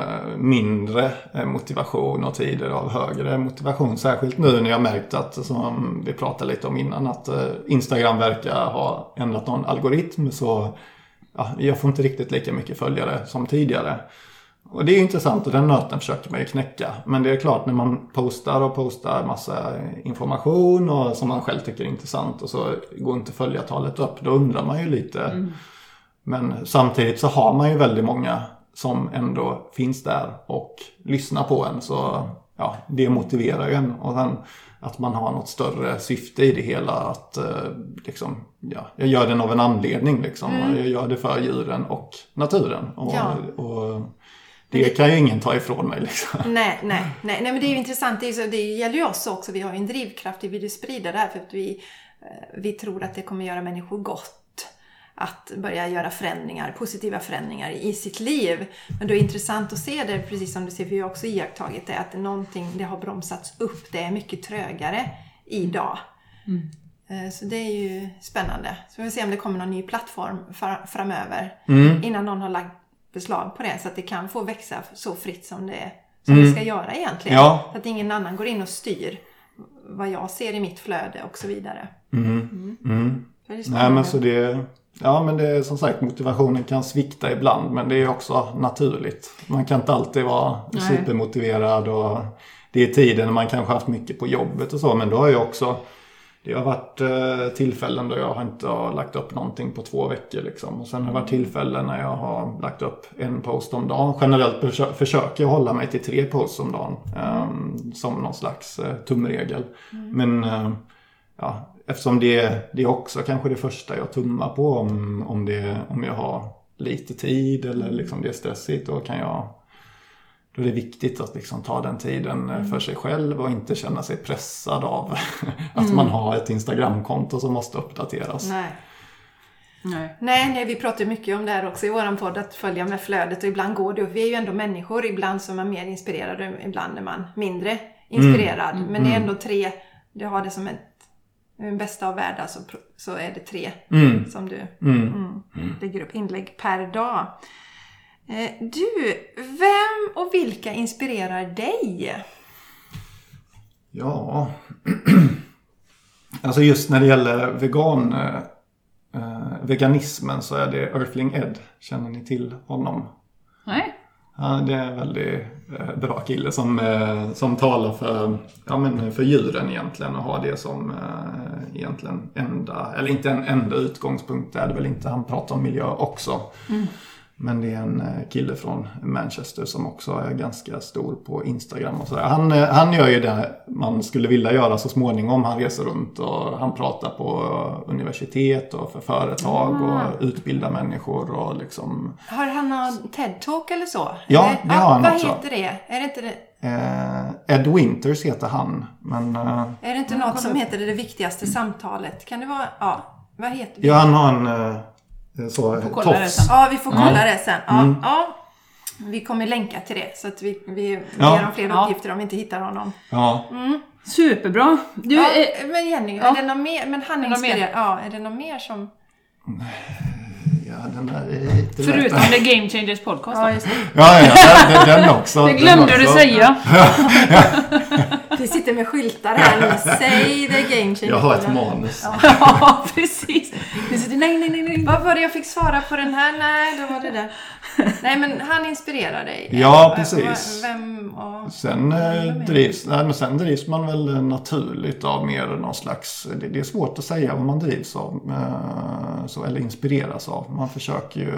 mindre motivation och tider av högre motivation. Särskilt nu när jag märkt att, som vi pratade lite om innan, att Instagram verkar ha ändrat någon algoritm. Så ja, jag får inte riktigt lika mycket följare som tidigare. Och det är intressant och den nöten försöker man ju knäcka. Men det är klart när man postar och postar massa information och som man själv tycker är intressant och så går inte följartalet upp, då undrar man ju lite. Mm. Men samtidigt så har man ju väldigt många som ändå finns där och lyssnar på en, så ja, det motiverar ju en. Och sen att man har något större syfte i det hela, att liksom, ja, jag gör den av en anledning liksom. Mm. Jag gör det för djuren och naturen. Och, ja. och det kan ju ingen ta ifrån mig liksom. Nej, nej, nej, nej men det är ju intressant. Det, är så, det gäller ju oss också. Vi har ju en drivkraft. Vi vill ju sprida det här för att vi, vi tror att det kommer göra människor gott. Att börja göra förändringar, positiva förändringar i sitt liv. Men det är intressant att se det, precis som du ser, för vi har också iakttagit det, att någonting, det har bromsats upp. Det är mycket trögare idag. Mm. Så det är ju spännande. Så vi får se om det kommer någon ny plattform framöver. Mm. Innan någon har lagt beslag på det, så att det kan få växa så fritt som det, som mm. det ska göra egentligen. Ja. Så att ingen annan går in och styr vad jag ser i mitt flöde och så vidare. Mm. Mm. Mm. Nej, men så det, ja, men det är som sagt, motivationen kan svikta ibland, men det är också naturligt. Man kan inte alltid vara Nej. supermotiverad och det är tiden när man kanske haft mycket på jobbet och så, men då har jag också det har varit eh, tillfällen då jag inte har lagt upp någonting på två veckor liksom. Och sen har det varit tillfällen när jag har lagt upp en post om dagen. Generellt försö- försöker jag hålla mig till tre posts om dagen. Eh, som någon slags eh, tumregel. Mm. Men eh, ja, eftersom det, det är också kanske det första jag tummar på om, om, det, om jag har lite tid eller liksom det är stressigt, då kan jag... Då är det viktigt att liksom ta den tiden mm. för sig själv och inte känna sig pressad av att mm. man har ett Instagramkonto som måste uppdateras. Nej. Nej. Nej, nej, vi pratar mycket om det här också i våran podd, att följa med flödet, och ibland går det, och vi är ju ändå människor, ibland så är man mer inspirerad, ibland är man mindre inspirerad. Mm. Men det är ändå tre, du har det som ett, en bästa av världar, så, så är det tre mm. som du mm. Mm, lägger upp inlägg per dag. Du, vem och vilka inspirerar dig? Ja, alltså just när det gäller vegan, eh, veganismen så är det Earthling Ed. Känner ni till honom? Nej. Ja, det är en väldigt eh, bra kille som, eh, som talar för, ja, men för djuren egentligen, och har det som eh, egentligen enda, eller inte en enda utgångspunkt, är det väl inte, han pratar om miljö också. Mm. Men det är en kille från Manchester som också är ganska stor på Instagram och sådär. Han, han gör ju det man skulle vilja göra så småningom. Han reser runt och han pratar på universitet och för företag mm. och utbildar människor och liksom... Har han någon TED-talk eller så? Ja, eller? det har han vad också. Vad heter det? Är det inte det? Eh, Ed Winters heter han. Men, eh... Är det inte något som heter det, det viktigaste samtalet? Kan det vara... Ja, vad heter det? Ja, han har en... Eh... Så, tofs. Ja, vi får kolla ja. det sen. Ja, mm. ja. Vi kommer länka till det, så att vi, vi ja. ger dem fler ja. uppgifter om vi inte hittar honom. Ja. Mm. Superbra. Du, ja, är... Men Jenny, ja. är det någon mer? Men han inspirerar. Ja, är det någon mer som... Ja, den där är inte förutom The Game Changers podcast. Ja, just det. Ja, ja, den, den också. Det glömde du säga. Vi sitter med skyltar här nu. Säg The Game Changers. Jag har ett manus. Ja, ja precis. Du sitter, nej, nej, nej, nej. Vad var det jag fick svara på den här? Nej, då var det där. Nej, men han inspirerar dig. Ja, precis. Vem och... Sen, eh, drivs, nej, men sen drivs man väl naturligt av mer någon slags... Det, det är svårt att säga vad man drivs av. Eh, så, eller inspireras av. Man försöker ju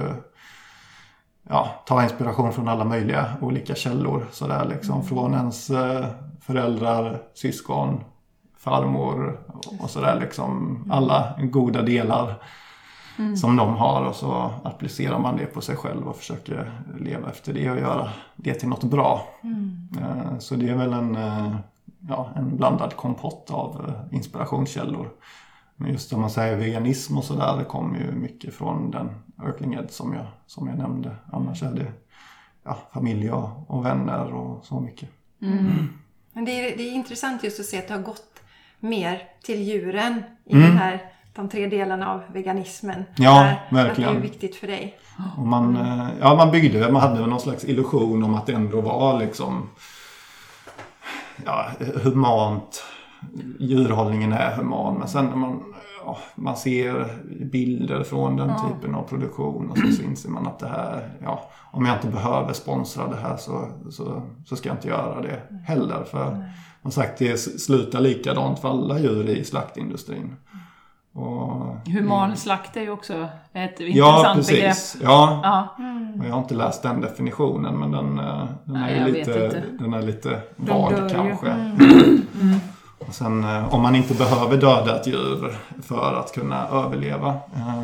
ja, ta inspiration från alla möjliga olika källor. Så där, liksom, mm. Från ens eh, föräldrar, syskon, farmor och sådär. Liksom, alla goda delar. Mm. Som de har, och så applicerar man det på sig själv och försöker leva efter det och göra det till något bra. Mm. Så det är väl en, ja, en blandad kompott av inspirationskällor. Men just om man säger veganism och sådär, det kommer ju mycket från den Earthling Ed som jag, som jag nämnde. Annars är det ja, familj och, och vänner och så mycket. Mm. Mm. Men det är, det är intressant just att se att det har gått mer till djuren i mm. den här, de tre delarna av veganismen. Ja, där, verkligen. Att det är viktigt för dig. Och man, mm. ja, man byggde, man hade någon slags illusion om att det ändå var liksom ja, humant. Djurhållningen är human, men sen när man, ja, man ser bilder från den ja. typen av produktion och så, så inser man att det här, ja, om jag inte behöver sponsra det här så, så, så ska jag inte göra det heller. För mm. man sagt, det slutar likadant för alla djur i slaktindustrin. Och, human slakt är ju också ett ja, intressant precis. begrepp. Ja, ja. Mm. Jag har inte läst den definitionen, men den, den, Nej, är, lite, den är lite vag kanske. Mm. Mm. Och sen om man inte behöver döda ett djur för att kunna överleva,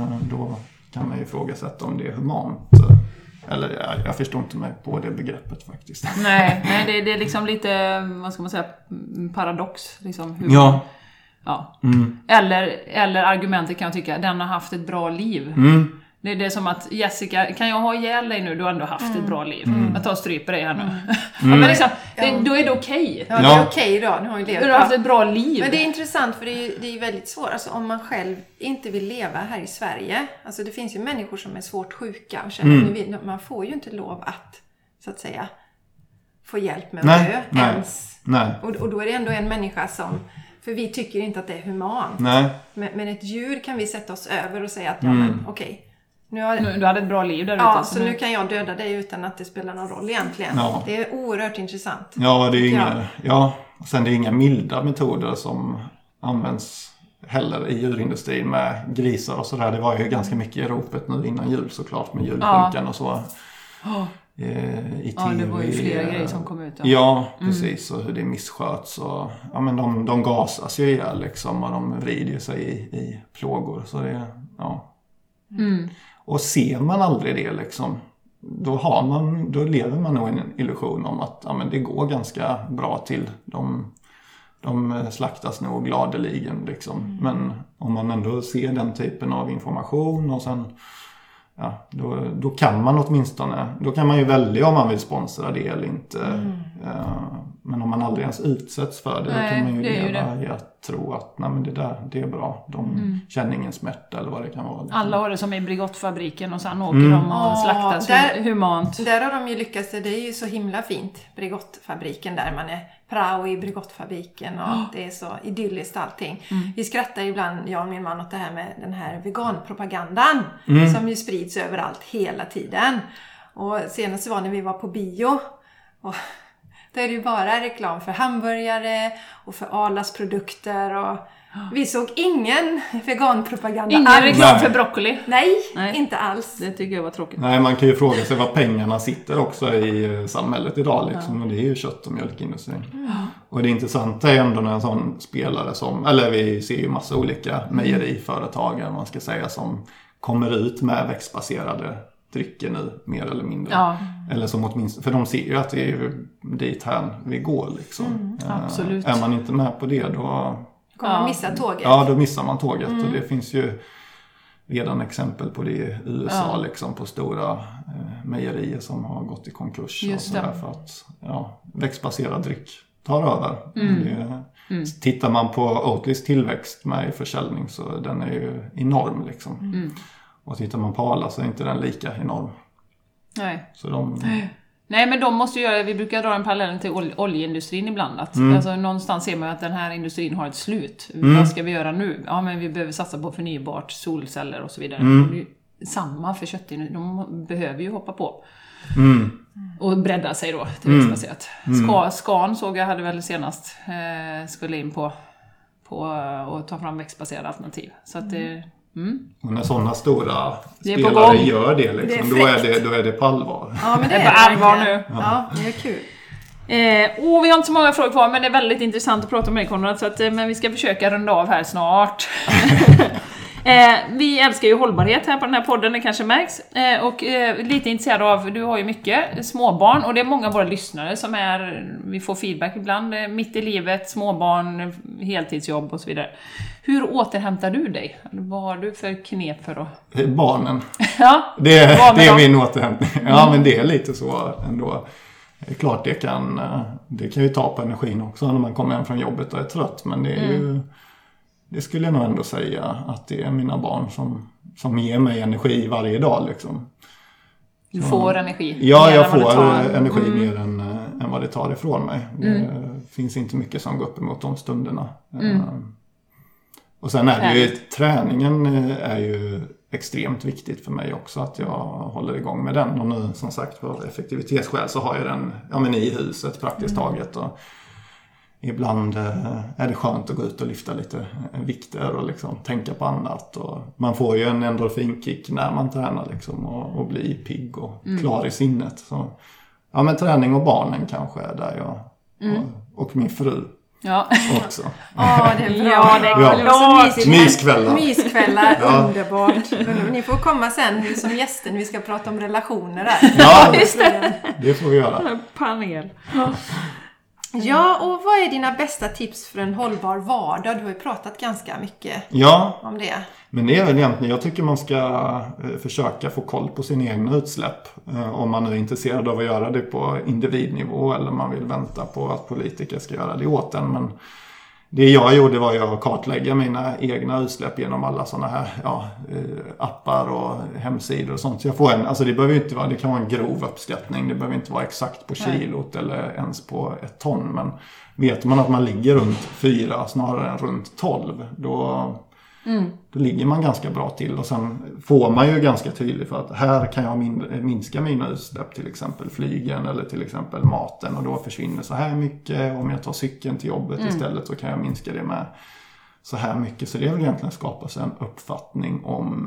då kan man ju ifrågasätta om det är humant. Eller jag, jag förstår inte mig på det begreppet faktiskt. Nej, nej det, det är liksom lite, vad ska man säga, paradox. Liksom, hur ja. Man, ja. Mm. Eller, eller argumentet kan jag tycka, den har haft ett bra liv. Mm. Det är det som att Jessica, kan jag ha ihjäl dig nu? Du har ändå haft mm. ett bra liv. Mm. Jag tar och stryper dig här nu. Mm. Mm. Ja, men liksom, det, då är det okej. Okay. Ja, det är okej okay då. Nu har ju levt du har haft ett bra liv. Men det är intressant för det är, det är väldigt svårt. Alltså, om man själv inte vill leva här i Sverige. Alltså det finns ju människor som är svårt sjuka och känner mm. vill, man får ju inte lov att, så att säga, få hjälp med att dö ens. Nej. Och, och då är det ändå en människa som, för vi tycker inte att det är humant. Nej. Men, men ett djur kan vi sätta oss över och säga att mm. ja men okej. Okay. Nu har, nu, du hade ett bra liv där ute. Ja, så nu kan jag döda dig utan att det spelar någon roll egentligen. Ja. Det är oerhört intressant. Ja, det är inga, ja. Och sen det är inga milda metoder som används heller i djurindustrin med grisar och sådär. Det var ju ganska mycket i ropet nu innan jul såklart med julskinkan ja. och så. Oh. I, i ja, det var ju flera grejer som kom ut. Ja, ja precis. Mm. Och hur det missköts. Och, ja, men de, de gasas ju ihjäl liksom och de vrider sig i, i plågor. Så det, ja. Mm. Och ser man aldrig det liksom, då, har man, då lever man nog en illusion om att ja, men det går ganska bra till. De, de slaktas nog gladeligen liksom. Mm. Men om man ändå ser den typen av information och sen ja, då, då kan man åtminstone, då kan man ju välja om man vill sponsra det eller inte. Mm. Uh, men om man aldrig ens utsätts för det, nej, då kan man ju leva i att tro att nej, men det där, det är bra. De mm. känner ingen smärta eller vad det kan vara. Alla har det som i Bregottfabriken och sen åker mm. de och slaktas där, humant. Där har de ju lyckats, det är ju så himla fint. Bregottfabriken där man är prao i Bregottfabriken och oh. det är så idylliskt allting. Mm. Vi skrattar ibland, jag och min man, åt det här med den här veganpropagandan mm. som ju sprids överallt hela tiden. Och senast var när vi var på bio och då är det ju bara reklam för hamburgare och för Arlas produkter och vi såg ingen veganpropaganda. Ingen alls. Reklam för broccoli? Nej, Nej, inte alls. Det tycker jag var tråkigt. Nej, man kan ju fråga sig var pengarna sitter också i samhället idag liksom. Ja. Och det är ju kött- och mjölkindustrin. Mm. Och det intressanta är ändå när en sån spelare som, eller vi ser ju massa olika mejeriföretag, man ska säga, som kommer ut med växtbaserade drycker nu, mer eller mindre. Ja. Eller som åtminstone, för de ser ju att det är dit här vi går liksom. Mm, absolut. Är man inte med på det då kommer man missa tåget. Ja, då missar man tåget. Mm. Och det finns ju redan exempel på det i U S A ja. liksom, på stora eh, mejerier som har gått i konkurs. Just och sådär, för att ja, växtbaserad dryck tar över. Mm. Det, mm. Tittar man på Oatlys tillväxt med försäljning så den är ju enorm liksom. Mm. Och tittar man på Arla så är inte den lika enorm. Nej. Så de... Nej, men de måste göra, vi brukar dra en parallell till ol- oljeindustrin ibland. Att, mm. alltså, någonstans ser man att den här industrin har ett slut. Mm. Vad ska vi göra nu? Ja, men vi behöver satsa på förnybart, solceller och så vidare. Mm. Och det är ju samma för köttindustrin. De behöver ju hoppa på. Mm. Och bredda sig då till växtbaserat. Mm. Ska, Scan såg jag hade väl senast eh, skulle in på, på och ta fram växtbaserade alternativ. Så att det... Mm. Och när sådana stora spelare gör det, liksom, det är då, är det, då är det på allvar. Ja, men det, det är på allvar nu. Ja. ja, det är kul. Eh, och vi har inte så många frågor kvar, men det är väldigt intressant att prata med dig, Konrad, så att, men vi ska försöka runda av här snart. Eh, vi älskar ju hållbarhet här på den här podden, det kanske märks. Eh, och eh, lite intresserad av, du har ju mycket småbarn och det är många av våra lyssnare som är, vi får feedback ibland, eh, mitt i livet, småbarn, heltidsjobb och så vidare. Hur återhämtar du dig? Vad har du för knep för att... Barnen. Ja, det, det är min återhämtning. Ja, mm. men det är lite så ändå. Det är klart det kan, det kan ju ta på energin också när man kommer hem från jobbet och är trött. Men det är mm. ju, det skulle jag nog ändå säga att det är mina barn som, som ger mig energi varje dag liksom. Du får energi? Ja, jag får energi mm. mer än, än vad det tar ifrån mig. Det mm. finns inte mycket som går upp emot de stunderna. Mm. Och sen är det ju, träningen är ju extremt viktigt för mig också att jag håller igång med den. Och nu som sagt för effektivitetsskäl så har jag den ja, men i huset praktiskt mm. taget. Och ibland är det skönt att gå ut och lyfta lite vikter och liksom tänka på annat. Och man får ju en endorfinkick när man tränar liksom och, och blir pigg och mm. klar i sinnet. Så, ja men träning och barnen kanske är där jag mm. och, och min fru. Ja. Också. Ja, det är bra. Ja, det är ja. Myskvällar. Myskvällar, ja. Underbart. Ni får komma sen som gäster när vi ska prata om relationer där. Ja, just det. Det får vi göra. Panel. Ja. Ja, och vad är dina bästa tips för en hållbar vardag? Du har ju pratat ganska mycket ja. om det. Men det är väl egentligen, jag tycker man ska försöka få koll på sina egna utsläpp. Om man är intresserad av att göra det på individnivå eller man vill vänta på att politiker ska göra det åt en. Men det jag gjorde var att kartlägga mina egna utsläpp genom alla sådana här ja, appar och hemsidor och sånt. Så jag får en, alltså det behöver inte vara, det kan vara en grov uppskattning. Det behöver inte vara exakt på kilot Nej. Eller ens på ett ton. Men vet man att man ligger runt fyra snarare än runt tolv, då... Mm. Då ligger man ganska bra till och sen får man ju ganska tydligt för att här kan jag min- minska mina utsläpp, till exempel flygen eller till exempel maten, och då försvinner så här mycket. Om jag tar cykeln till jobbet mm. istället så kan jag minska det med så här mycket. Så det är väl egentligen skapa sig en uppfattning om,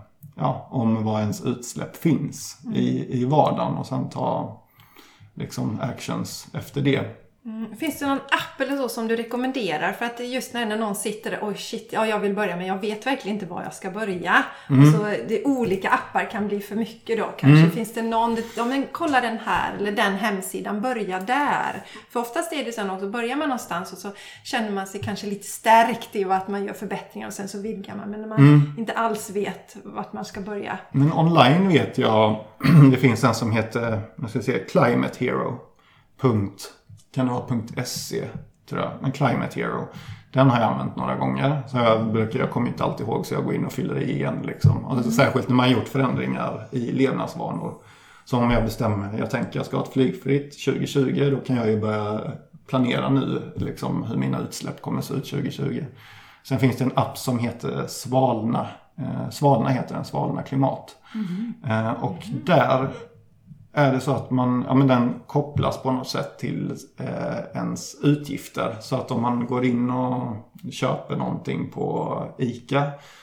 ja, om vad ens utsläpp finns mm. i, i vardagen och sen ta liksom actions efter det. Mm. Finns det någon app eller så som du rekommenderar? För att just när, när någon sitter där, oj shit, ja jag vill börja men jag vet verkligen inte var jag ska börja. Mm. Så det, olika appar kan bli för mycket då. Kanske mm. finns det någon, ja men kolla den här eller den hemsidan, börja där. För oftast är det sen också, börjar man någonstans och så känner man sig kanske lite stärkt i att man gör förbättringar och sen så vidgar man. Men när man mm. inte alls vet vart man ska börja. Men online vet jag, det finns en som heter, jag ska säga, Climate Hero. Punkt. Kan det vara .se tror jag, men Climate Hero. Den har jag använt några gånger. Så jag brukar, jag kommer inte alltid ihåg så jag går in och fyller i igen liksom. Och mm. särskilt när man har gjort förändringar i levnadsvanor. Så om jag bestämmer, jag tänker jag ska ha ett flygfritt tjugo tjugo, då kan jag ju börja planera nu liksom hur mina utsläpp kommer se ut tjugo tjugo. Sen finns det en app som heter Svalna. Eh, Svalna heter den, Svalna klimat. Mm. Eh, och där är det så att man, ja, men den kopplas på något sätt till eh, ens utgifter. Så att om man går in och köper någonting på ICA,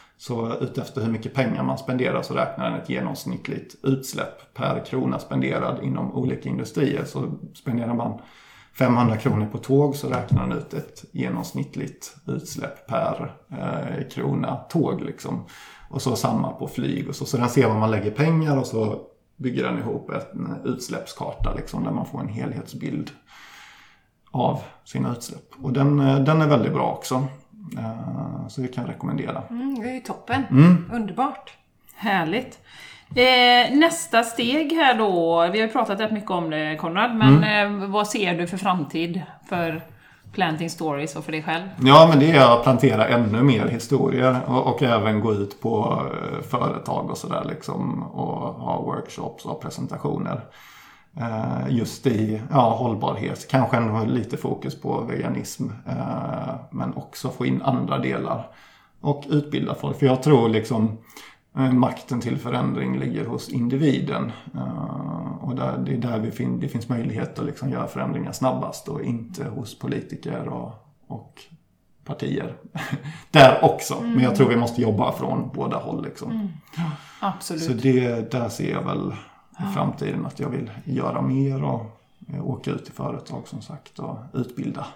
så utefter hur mycket pengar man spenderar så räknar den ett genomsnittligt utsläpp per krona spenderad inom olika industrier. Så spenderar man femhundra kronor på tåg så räknar den ut ett genomsnittligt utsläpp per eh, krona tåg liksom. Och så samma på flyg och så. Så den ser var man lägger pengar och så bygger den ihop en utsläppskarta liksom, där man får en helhetsbild av sina utsläpp. Och den, den är väldigt bra också. Så det kan jag rekommendera. Mm, det är ju toppen. Mm. Underbart. Härligt. Eh, nästa steg här då. Vi har pratat rätt mycket om det, Konrad. Men mm. eh, vad ser du för framtid för Planting Stories och för dig själv? Ja, men det är att plantera ännu mer historier och, och även gå ut på uh, företag och sådär liksom och ha workshops och presentationer uh, just i ja, hållbarhet. Kanske ändå lite fokus på veganism uh, men också få in andra delar och utbilda folk. För jag tror liksom uh, makten till förändring ligger hos individen. Uh, och där, det är där vi fin- det finns möjlighet att liksom göra förändringar snabbast och inte hos politiker och, och partier. Där också. Mm. Men jag tror vi måste jobba från båda håll. Liksom. Mm. Absolut. Så det, där ser jag väl i framtiden att jag vill göra mer och åka ut i företag som sagt och utbilda.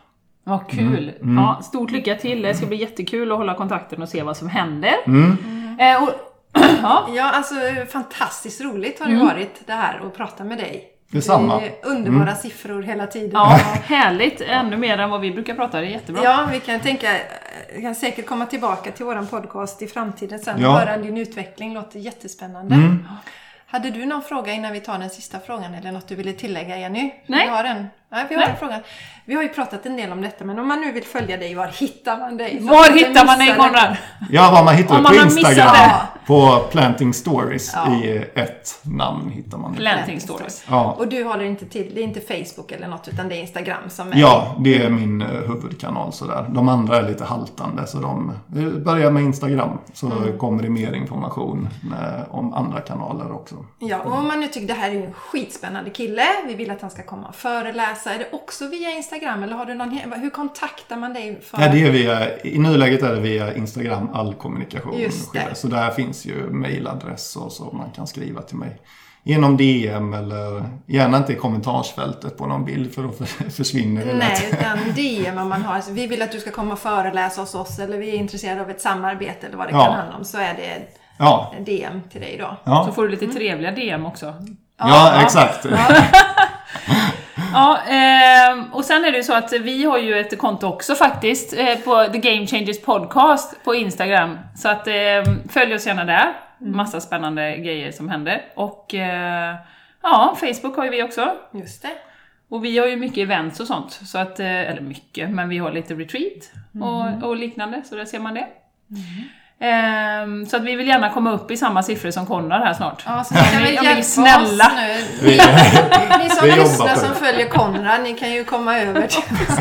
Vad kul! Mm. Mm. Ja, stort lycka till, det ska bli jättekul att hålla kontakten och se vad som händer. Mm. Mm. Eh, och, ja. ja, alltså fantastiskt roligt har det mm. varit det här att prata med dig. Detsamma. Det är underbara mm. siffror hela tiden. Ja, härligt. Ännu mer än vad vi brukar prata, det är jättebra. Ja, vi kan tänka, vi kan säkert komma tillbaka till våran podcast i framtiden sen. Ja. Höra din utveckling, låter jättespännande. Mm. Hade du någon fråga innan vi tar den sista frågan eller något du ville tillägga, Jenny? Nej. Vi har en, nej, vi har en fråga. Vi har ju pratat en del om detta, men om man nu vill följa dig, var hittar man dig? Var hittar man dig, Konrad? Ja, vad man hittar man på Instagram. På Planting Stories ja. I ett namn hittar man det. Planting Stories. Ja. Och du håller inte till, det är inte Facebook eller något, utan det är Instagram som är... Ja, det är min huvudkanal sådär. De andra är lite haltande, så de börjar med Instagram, så mm. kommer det mer information om andra kanaler också. Ja, och om man nu tycker det här är en skitspännande kille, vi vill att han ska komma och föreläsa, är det också via Instagram eller har du någon, hur kontaktar man dig? För... Ja, det är via, i nuläget är det via Instagram, all kommunikation. Just det. Så där finns ju mailadress och så man kan skriva till mig genom D M eller gärna inte i kommentarsfältet på någon bild för då försvinner det. Nej, utan D M om man har, alltså, vi vill att du ska komma och föreläsa hos oss eller vi är intresserade av ett samarbete eller vad det ja. Kan handla om, så är det ja. D M till dig då. Ja. Så får du lite mm. trevliga D M också. Ja, ja exakt. Ja. Ja, eh, och sen är det ju så att vi har ju ett konto också faktiskt eh, på The Game Changers Podcast på Instagram. Så att eh, följ oss gärna där. Massa spännande grejer som händer. Och eh, ja, Facebook har ju vi också. Just det. Och vi har ju mycket events och sånt. Så att, eh, eller mycket, men vi har lite retreat och, mm. och liknande. Så där ser man det. Mm. Um, så att vi vill gärna komma upp i samma siffror som Konrad här snart. Ja, så kan vi hjälpa snälla. Oss nu. Vi, ni som lyssnar som följer Konrad, ni kan ju komma över till oss.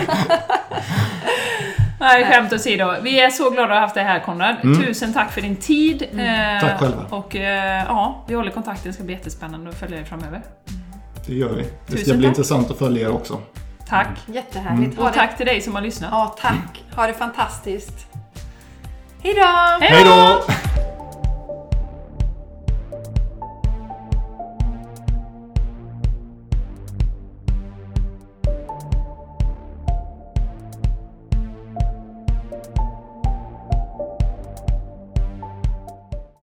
Nej, skämt åsido. Vi är så glada att ha haft dig här, Konrad. Mm. Tusen tack för din tid. Mm. Uh, tack själva. Och uh, ja, vi håller kontakten, det ska bli jättespännande att följa er framöver. Det gör vi. Det Tusen ska bli tack. Intressant att följa er också. Tack. Jättehärligt. Mm. Och tack till dig som har lyssnat. Ja, tack. Ha det fantastiskt. Hej då! Hej då!